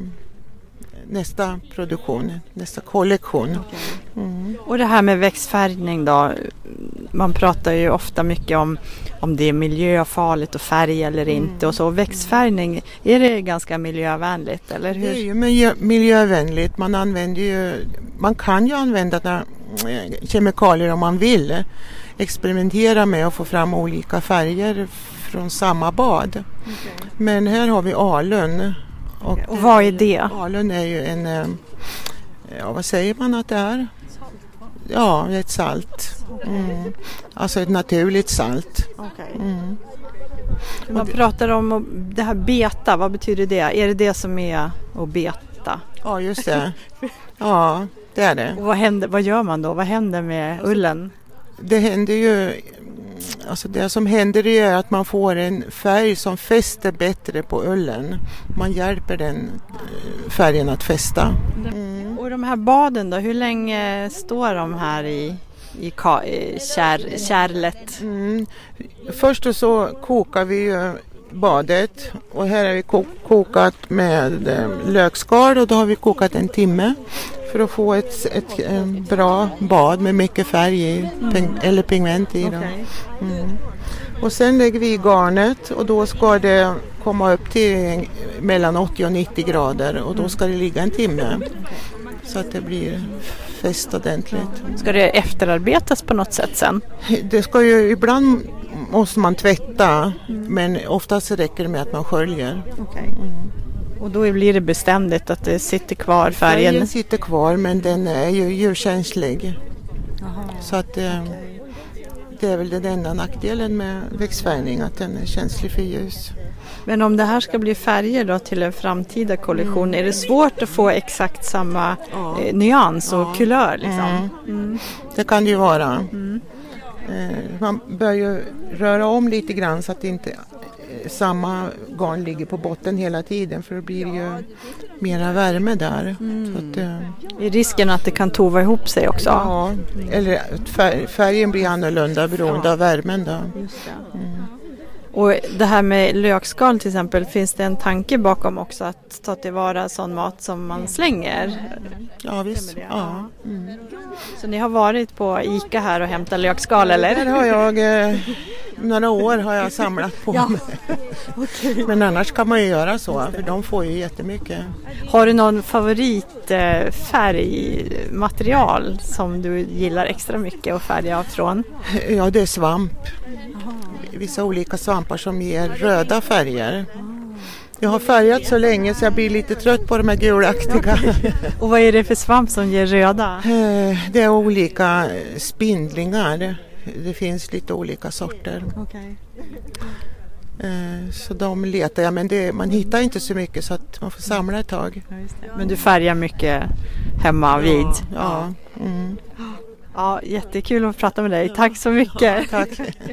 nästa produktion, nästa kollektion. Okay. Mm. Och det här med växtfärgning då, man pratar ju ofta mycket om om det är miljöfarligt och färg eller mm. inte och så. Växtfärgning, är det ganska miljövänligt eller hur? Det är ju miljö, miljövänligt. Man använder ju, man kan ju använda kemikalier om man vill. Experimentera med att få fram olika färger från samma bad. Okay. Men här har vi alun. Och, och vad är det? Alun är ju en, ja vad säger man att det är? Ja, ett salt. Mm. Alltså ett naturligt salt. Okay. Mm. Man pratar om det här beta, vad betyder det? Är det det som är att beta? Ja, just det. Ja, det är det. Och vad, händer, vad gör man då? Vad händer med ullen? Det händer ju, alltså det som händer är att man får en färg som fäster bättre på ullen. Man hjälper den färgen att fästa. Mm. Och de här baden då, hur länge står de här i, i, ka, i kär, kärlet? Mm. Först och så kokar vi ju badet och här har vi kokat med lökskal och då har vi kokat en timme. För att få ett, ett, ett bra bad med mycket färg i, mm. eller pigment i. Okay. Mm. Och sen lägger vi i garnet och då ska det komma upp till mellan åttio och nittio grader och då ska det ligga en timme. Så att det blir fäst ordentligt. Ska det efterarbetas på något sätt sen? Det ska ju, ibland måste man tvätta mm. men oftast räcker det med att man sköljer. Okay. Mm. Och då blir det beständigt att det sitter kvar färgen? Färgen sitter kvar men den är ju djurkänslig. Aha, så att eh, okay. det är väl den enda nackdelen med växtfärgning, att den är känslig för ljus. Men om det här ska bli färger då till en framtida kollektion, mm. är det svårt att få exakt samma ja. eh, nyans och ja. kulör liksom? Mm. Mm. Det kan det ju vara. Mm. Eh, man bör ju röra om lite grann så att det inte samma garn ligger på botten hela tiden, för det blir ju mera värme där. Mm. Så att, eh, är risken att det kan tova ihop sig också? Ja, eller att färg, färgen blir annorlunda beroende ja. av värmen då. Just det. Mm. Och det här med lökskal till exempel, finns det en tanke bakom också att ta tillvara sån mat som man slänger? Ja visst. Ja. Mm. Så ni har varit på ICA här och hämtat lökskal eller? Där har jag, eh, några år har jag samlat på ja. mig. Okay. Men annars kan man ju göra så, för de får ju jättemycket. Har du någon favoritfärgmaterial som du gillar extra mycket att färga från? Ja, det är svamp. Vissa olika svampar som ger röda färger. Jag har färgat så länge så jag blir lite trött på de här gulaktiga. Och vad är det för svamp som ger röda? Det är olika spindlingar. Det finns lite olika sorter. Okay. Så de letar jag, men det, man hittar inte så mycket så att man får samla ett tag. Ja, just det. Men du färgar mycket hemma vid? Ja, ja. Mm. Ja, jättekul att prata med dig. Tack så mycket. Ja, tack.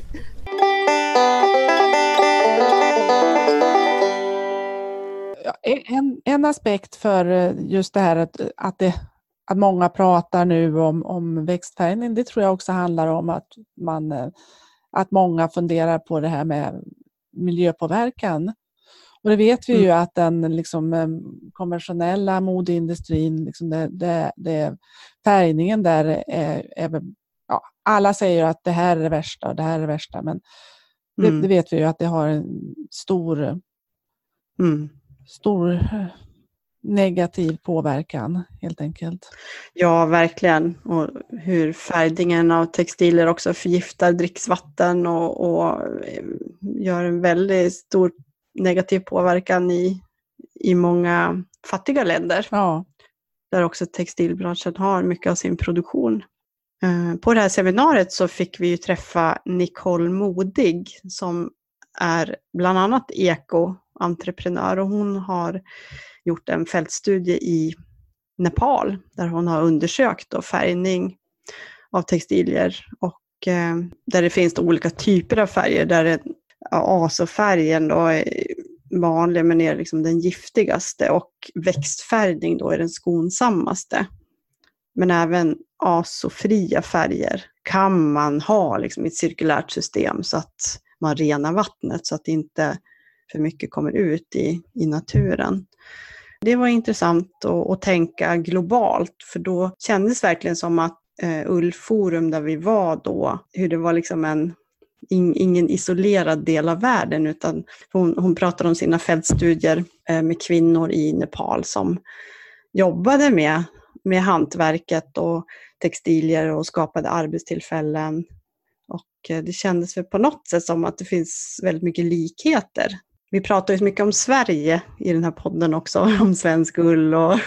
En, en aspekt för just det här att, att, det, att många pratar nu om, om växtfärgning, det tror jag också handlar om att, man, att många funderar på det här med miljöpåverkan. Och det vet vi mm. ju att den liksom, konventionella modeindustrin, liksom det, det, det, färgningen där är, är ja, alla säger att det här är det värsta och det här är det värsta, men det, mm. det vet vi ju att det har en stor mm. stor negativ påverkan helt enkelt. Ja, verkligen. Och hur färgningen av textiler också förgiftar dricksvatten och, och gör en väldigt stor negativ påverkan i, i många fattiga länder. Ja. Där också textilbranschen har mycket av sin produktion. På det här seminariet så fick vi ju träffa Nicole Modig som är bland annat eko-entreprenör, och hon har gjort en fältstudie i Nepal där hon har undersökt då färgning av textilier, och eh, där det finns olika typer av färger där det, ja, azofärgen då är vanlig men är liksom den giftigaste, och växtfärgning då är den skonsammaste. Men även azofria färger kan man ha liksom i ett cirkulärt system så att man renar vattnet så att inte för mycket kommer ut i, i naturen. Det var intressant att, att tänka globalt, för då kändes verkligen som att eh, Ullforum där vi var då, hur det var liksom en in, ingen isolerad del av världen, utan hon, hon pratade om sina fältstudier eh, med kvinnor i Nepal som jobbade med, med hantverket och textilier och skapade arbetstillfällen. Och det kändes väl på något sätt som att det finns väldigt mycket likheter. Vi pratar ju mycket om Sverige i den här podden också, om svensk ull. Och,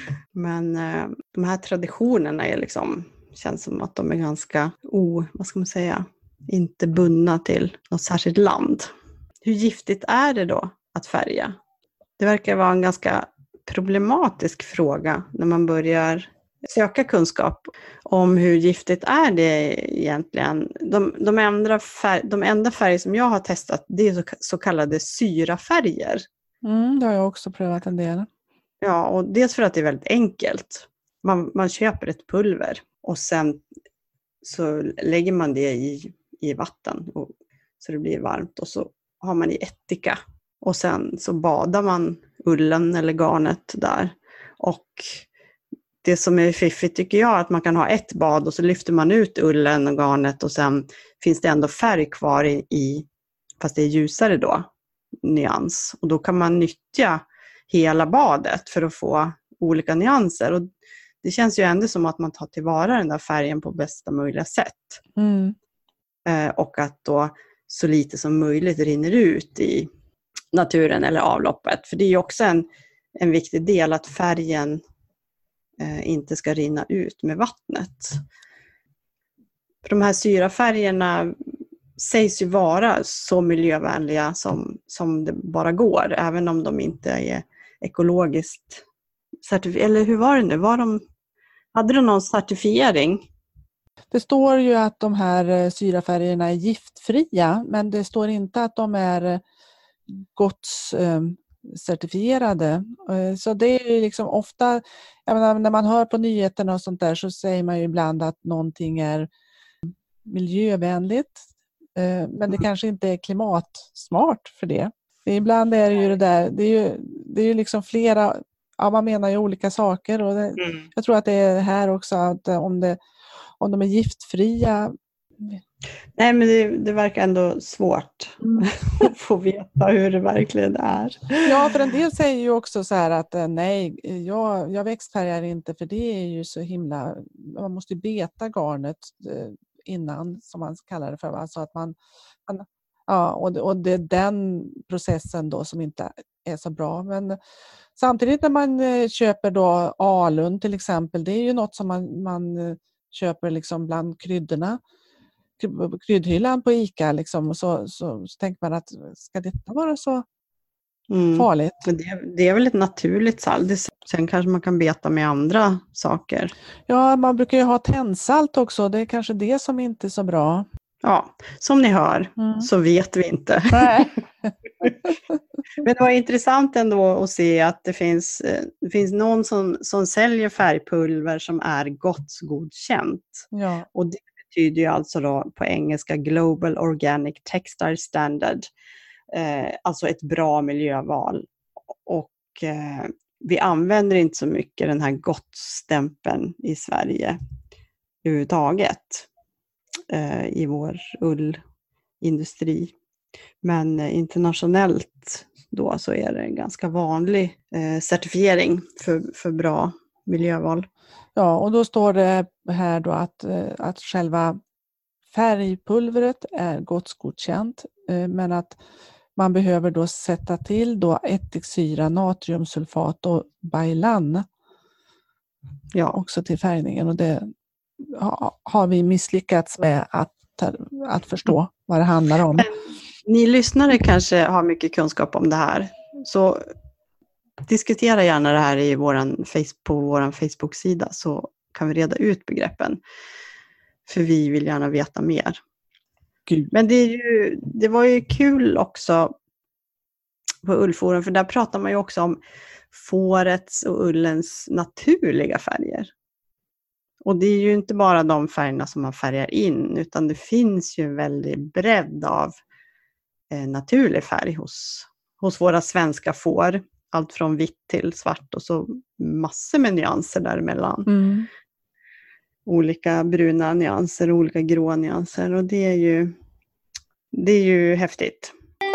men eh, de här traditionerna är liksom, känns som att de är ganska o, vad ska man säga, inte bundna till något särskilt land. Hur giftigt är det då att färga? Det verkar vara en ganska problematisk fråga när man börjar söka kunskap om hur giftigt är det egentligen. De, de, enda, färg, de enda färger som jag har testat, det är så, så kallade syrafärger. Mm, det har jag också prövat en del. Ja, och dels för att det är väldigt enkelt. Man, man köper ett pulver och sen så lägger man det i, i vatten och, så det blir varmt, och så har man i ättika. Och sen så badar man ullen eller garnet där. Och det som är fiffigt tycker jag är att man kan ha ett bad och så lyfter man ut ullen och garnet och sen finns det ändå färg kvar i, i fast det är ljusare då, nyans. Och då kan man nyttja hela badet för att få olika nyanser. Och det känns ju ändå som att man tar tillvara den där färgen på bästa möjliga sätt. Mm. Eh, och att då så lite som möjligt rinner ut i naturen eller avloppet. För det är ju också en, en viktig del att färgen eh, inte ska rinna ut med vattnet. För de här syrafärgerna sägs ju vara så miljövänliga som, som det bara går, även om de inte är ekologiskt certifierade. Eller hur var det nu? Var de, hade de någon certifiering? Det står ju att de här syrafärgerna är giftfria, men det står inte att de är GOTS certifierade. Så det är ju liksom ofta, jag menar, när man hör på nyheterna och sånt där, så säger man ju ibland att någonting är miljövänligt, men det kanske inte är klimatsmart för det. Ibland är det ju det där, det är ju, det är ju liksom flera, ja, man menar ju olika saker, och det, mm. jag tror att det är här också att om, det, om de är giftfria. Nej, men det, det verkar ändå svårt mm. att få veta hur det verkligen är. Ja, för en del säger ju också så här att nej, jag, jag växtfärgar inte, för det är ju så himla, man måste ju beta garnet innan, som man kallar det för, alltså att man, man ja, och det, och det är den processen då som inte är så bra. Men samtidigt när man köper då alun till exempel, det är ju något som man, man köper liksom bland kryddorna, kryddhyllan på ICA liksom, och så, så, så tänker man att ska detta vara så mm. farligt? Men det, det är väl ett naturligt salt. Sen kanske man kan beta med andra saker. Ja, man brukar ju ha tändsalt också. Det är kanske det som inte är så bra. Ja, som ni hör mm. så vet vi inte. Nej. Men det var intressant ändå att se att det finns, det finns någon som, som säljer färgpulver som är GOTS-godkänt. Ja. Och det betyder ju alltså då på engelska Global Organic Textile Standard. Eh, alltså ett bra miljöval. Och eh, vi använder inte så mycket den här GOTS-stämpeln i Sverige överhuvudtaget. Eh, i vår ullindustri. Men eh, internationellt då så är det en ganska vanlig eh, certifiering för, för bra miljöval. Ja, och då står det här då att, att själva färgpulvret är GOTS-godkänt, men att man behöver då sätta till då ättiksyra, natriumsulfat och bailan ja, också till färgningen, och det har vi misslyckats med att, att förstå vad det handlar om. Ni lyssnare kanske har mycket kunskap om det här, så diskutera gärna det här i våran face- på vår Facebook-sida, så kan vi reda ut begreppen. För vi vill gärna veta mer. Gud. Men det, är ju, det var ju kul också på Ullforum, för där pratar man ju också om fårets och ullens naturliga färger. Och det är ju inte bara de färgerna som man färgar in, utan det finns ju en väldigt bredd av eh, naturlig färg hos, hos våra svenska får. Allt från vitt till svart och så massor med nyanser däremellan. Mm. Olika bruna nyanser och olika grå nyanser. Och det är ju, det är ju häftigt.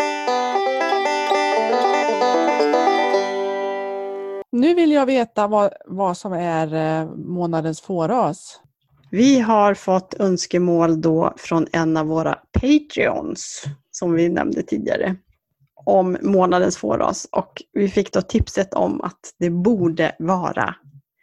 Nu vill jag veta vad, vad som är månadens fåras. Vi har fått önskemål då från en av våra Patreons, som vi nämnde tidigare, om månadens fåras, och vi fick då tipset om att det borde vara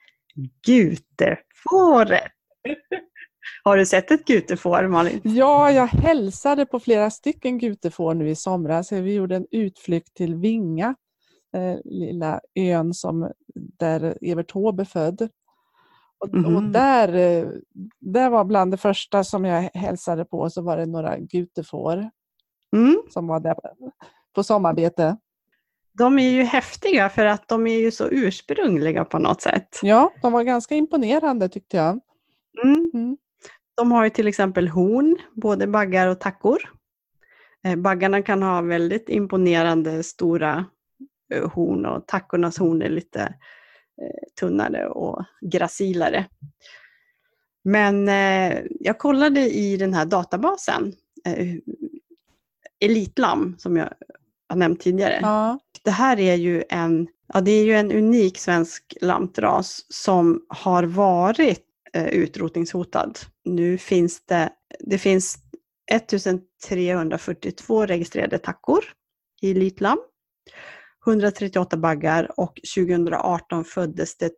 gutefåret. Har du sett ett gutefår, Malin? Ja, jag hälsade på flera stycken gutefår nu i somras. Vi gjorde en utflykt till Vinga, eh, lilla ön som, där Evert Taube är född. Och, mm. och där, där var bland det första som jag hälsade på, så var det några gutefår mm. som var där på sommarbete. De är ju häftiga för att de är ju så ursprungliga på något sätt. Ja, de var ganska imponerande tyckte jag. Mm. Mm. De har ju till exempel horn, både baggar och tackor. Eh, baggarna kan ha väldigt imponerande stora eh, horn, och tackornas horn är lite eh, tunnare och gracilare. Men eh, jag kollade i den här databasen, eh, Elitlam, som jag har nämnt tidigare. Ja. Det här är ju en, ja, det är ju en unik svensk lampras som har varit eh, utrotningshotad. Nu finns det, det finns ettusentrehundrafyrtiotvå registrerade tackor i Elitlam, etthundratrettioåtta baggar, och tjugohundraarton föddes det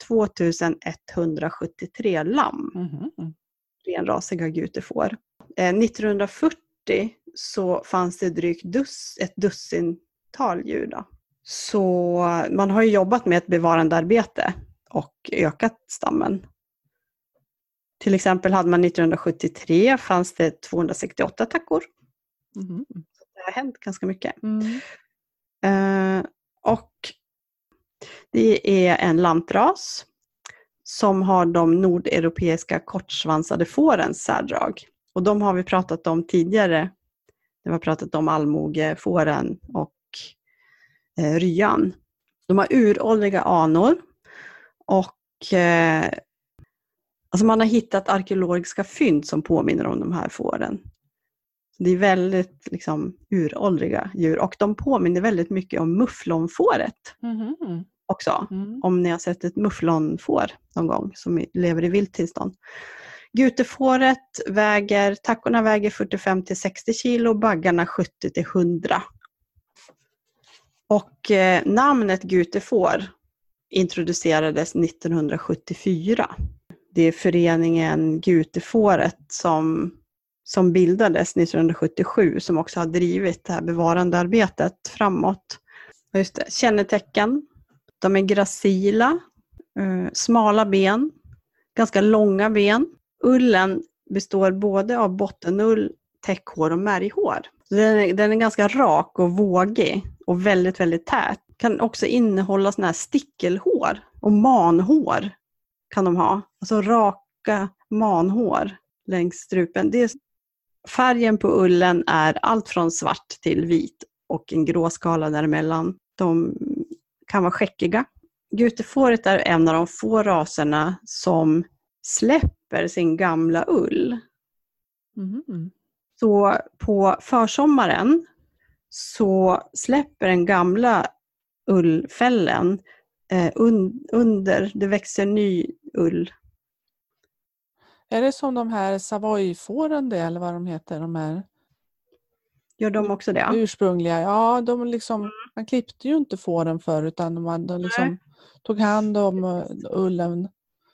tvåtusenetthundrasjuttiotre lamm. Mm-hmm. Renrasiga gutefår. Eh, nittonhundrafyrtio fyrtio så fanns det drygt dus, ett dussintal djur då. Så man har ju jobbat med ett bevarandearbete och ökat stammen. Till exempel hade man nittonhundrasjuttiotre fanns det tvåhundrasextioåtta tackor. Mm. Så det har hänt ganska mycket. Mm. Uh, och det är en lantras som har de nordeuropeiska kortsvansade fårens särdrag. Och de har vi pratat om tidigare. Vi har pratat om allmogefåren och eh, ryan. De har uråldriga anor. Och eh, alltså man har hittat arkeologiska fynd som påminner om de här fåren. Det är väldigt liksom, uråldriga djur. Och de påminner väldigt mycket om mufflonfåret. Mm-hmm. Också. Mm. Om ni har sett ett mufflonfår någon gång som lever i vildtillstånd. Gutefåret väger, tackorna väger fyrtiofem till sextio kilo, baggarna sjuttio till hundra. Och eh, namnet gutefår introducerades nittonhundrasjuttiofyra. Det är föreningen Gutefåret som, som bildades nittonhundrasjuttiosju som också har drivit det här bevarandearbetet framåt. Just det. Kännetecken. De är gracila, eh, smala ben, ganska långa ben. Ullen består både av bottenull, täckhår och märghår. Den är, den är ganska rak och vågig och väldigt, väldigt tät. Kan också innehålla såna här stickelhår och manhår kan de ha. Alltså raka manhår längs strupen. Det är, färgen på ullen är allt från svart till vit och en gråskala däremellan. De kan vara skäckiga. Gutefåret är en av de få raserna som släpper sin gamla ull. Mm. Så på försommaren så släpper den gamla ullfällen eh, un, under, det växer ny ull. Är det som de här Savoyfåren det, eller vad de heter, de här? Gör de också det? Ursprungliga, ja, de liksom, man klippte ju inte fåren förr utan man de liksom tog hand om ullen.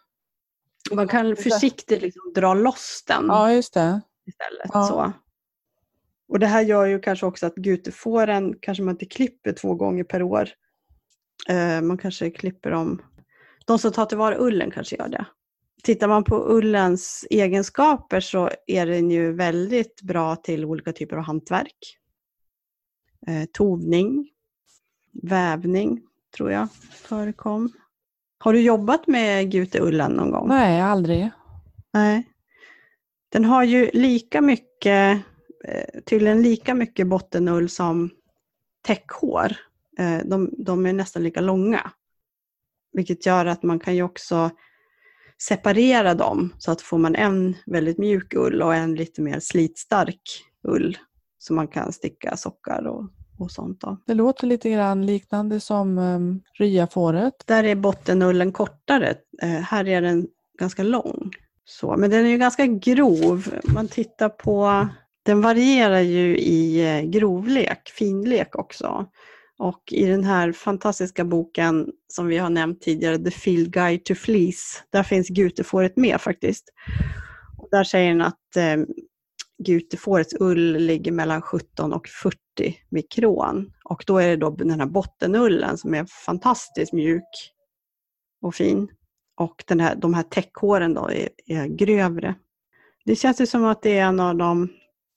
Man kan försiktigt liksom dra loss den. Ja, just det. Istället, ja. Så. Och det här gör ju kanske också att gutefåren kanske man inte klipper två gånger per år. Uh, man kanske klipper dem. De som tar tillvara ullen kanske gör det. Tittar man på ullens egenskaper så är den ju väldigt bra till olika typer av hantverk. Uh, tovning, vävning tror jag förekom. Har du jobbat med guteullen någon gång? Nej, aldrig. Nej. Den har ju lika mycket, tydligen lika mycket bottenull som täckhår. De, de är nästan lika långa. Vilket gör att man kan ju också separera dem. Så att får man en väldigt mjuk ull och en lite mer slitstark ull. Så man kan sticka sockar och, och sånt då. Det låter lite grann liknande som um, ryafåret. Där är bottenullen kortare. Uh, här är den ganska lång. Så, men den är ju ganska grov. Man tittar på, den varierar ju i grovlek, finlek också. Och i den här fantastiska boken som vi har nämnt tidigare, The Field Guide to Fleece, där finns gutefåret med faktiskt. Och där säger den att eh, gutefårets ull ligger mellan sjutton och fyrtio mikron. Och då är det då den här bottenullen som är fantastiskt mjuk och fin. Och den här, de här täckhåren då är, är grövre. Det känns ju som att det är en av de,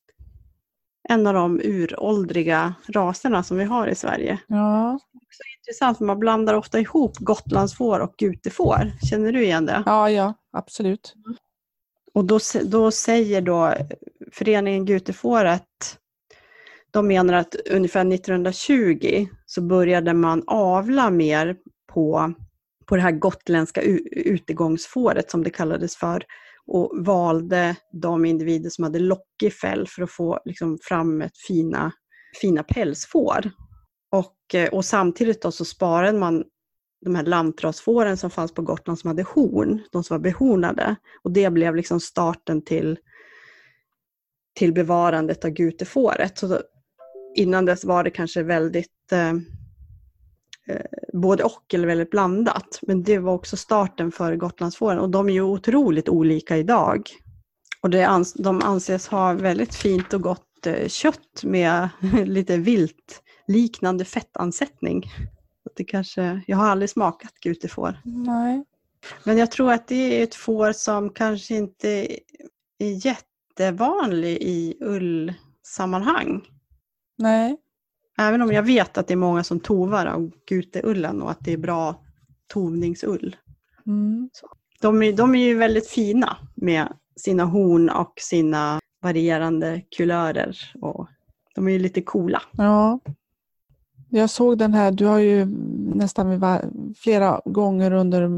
en av de uråldriga raserna som vi har i Sverige. Ja. Det är också intressant för man blandar ofta ihop gotlandsfår och gutefår. Känner du igen det? Ja, ja, absolut. Och då, då säger då föreningen Gutefåret, de menar att ungefär nittonhundratjugo så började man avla mer på på det här gotländska utegångsfåret som det kallades för och valde de individer som hade lockig fäll för att få liksom fram ett fina, fina pälsfår. Och, och samtidigt då så sparade man de här lantrasfåren som fanns på Gotland som hade horn, de som var behornade. Och det blev liksom starten till, till bevarandet av gutefåret. Så då, innan dess var det kanske väldigt eh, både och eller väldigt blandat. Men det var också starten för gotlandsfåren. Och de är ju otroligt olika idag. Och det ans- de anses ha väldigt fint och gott nötkött med lite vilt liknande fettansättning. Det kanske, jag har aldrig smakat gutefår. Nej. Men jag tror att det är ett får som kanske inte är jättevanlig i ullsammanhang. Nej. Även om jag vet att det är många som tovar av guteullen och att det är bra tovningsull. Mm. Så. De, är, de är ju väldigt fina med sina horn och sina varierande kulörer. Och de är ju lite coola. Ja. Jag såg den här, du har ju nästan flera gånger under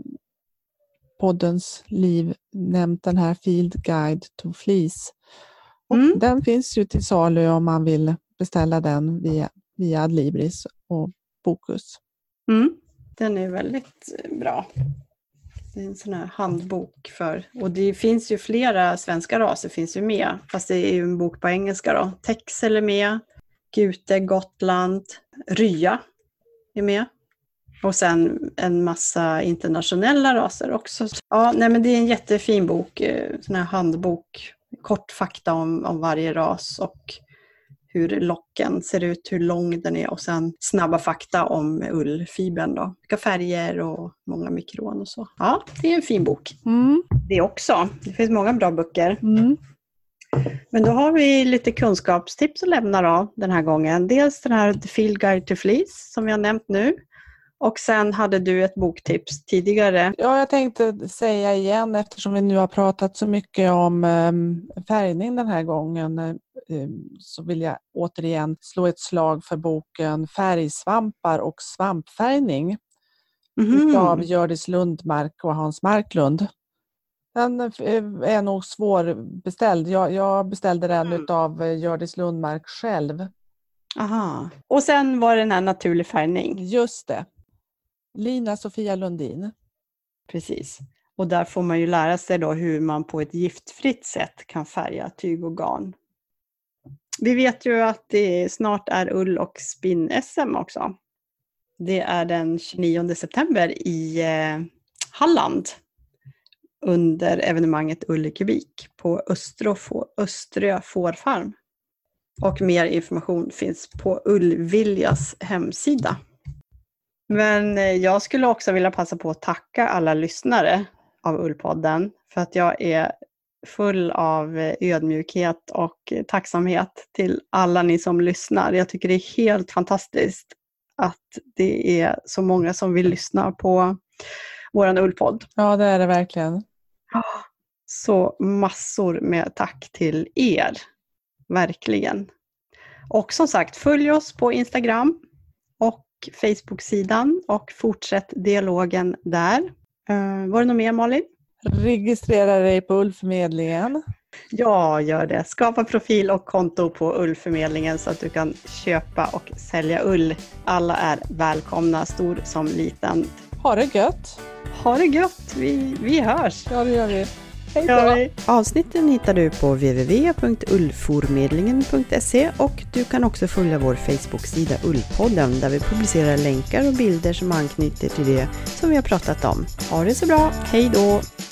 poddens liv nämnt den här Field Guide to Fleece. Och mm. den finns ju till salu om man vill beställa den via, via Adlibris och Bokus. Mm. Den är väldigt bra. Det är en sån här handbok för, och det finns ju flera svenska raser finns ju med, fast det är ju en bok på engelska då. Texel är med, Gute, Gotland, Rya är med. Och sen en massa internationella raser också. Ja, nej men det är en jättefin bok, sån här handbok. Kort fakta om, om varje ras och hur locken ser ut, hur lång den är och sen snabba fakta om ullfibern då. Vilka färger och många mikron och så. Ja, det är en fin bok. Mm. Det också. Det finns många bra böcker. Mm. Men då har vi lite kunskapstips att lämna då den här gången. Dels den här The Field Guide to Fleece som vi har nämnt nu. Och sen hade du ett boktips tidigare. Ja, jag tänkte säga igen eftersom vi nu har pratat så mycket om um, färgning den här gången um, så vill jag återigen slå ett slag för boken Färgsvampar och svampfärgning mm. av Hjördis Lundmark och Hans Marklund. Den är nog svårbeställd. Jag, jag beställde den mm. av Hjördis Lundmark själv. Aha. Och sen var det den här naturlig färgning. Just det. Lina Sofia Lundin. Precis. Och där får man ju lära sig då hur man på ett giftfritt sätt kan färga tyg och garn. Vi vet ju att det snart är ull- och spinn-S M också. Det är den tjugonionde september i eh, Halland. Under evenemanget Ull i kubik på Öströ, Öströ fårfarm. Och mer information finns på Ullviljas hemsida. Men jag skulle också vilja passa på att tacka alla lyssnare av Ullpodden. För att jag är full av ödmjukhet och tacksamhet till alla ni som lyssnar. Jag tycker det är helt fantastiskt att det är så många som vill lyssna på våran Ullpodd. Ja, det är det verkligen. Så massor med tack till er. Verkligen. Och som sagt, följ oss på Instagram och Facebook-sidan och fortsätt dialogen där. Uh, var det något mer, Malin? Registrera dig på Ullförmedlingen. Ja, gör det. Skapa profil och konto på Ullförmedlingen så att du kan köpa och sälja ull. Alla är välkomna, stor som liten. Ha det gött! Ha det gött! Vi, vi hörs! Ja, det gör vi. Hej då! Ja, avsnitten hittar du på w w w punkt ullformedlingen punkt se och du kan också följa vår Facebook-sida Ullpodden där vi publicerar länkar och bilder som anknyter till det som vi har pratat om. Ha det så bra! Hej då!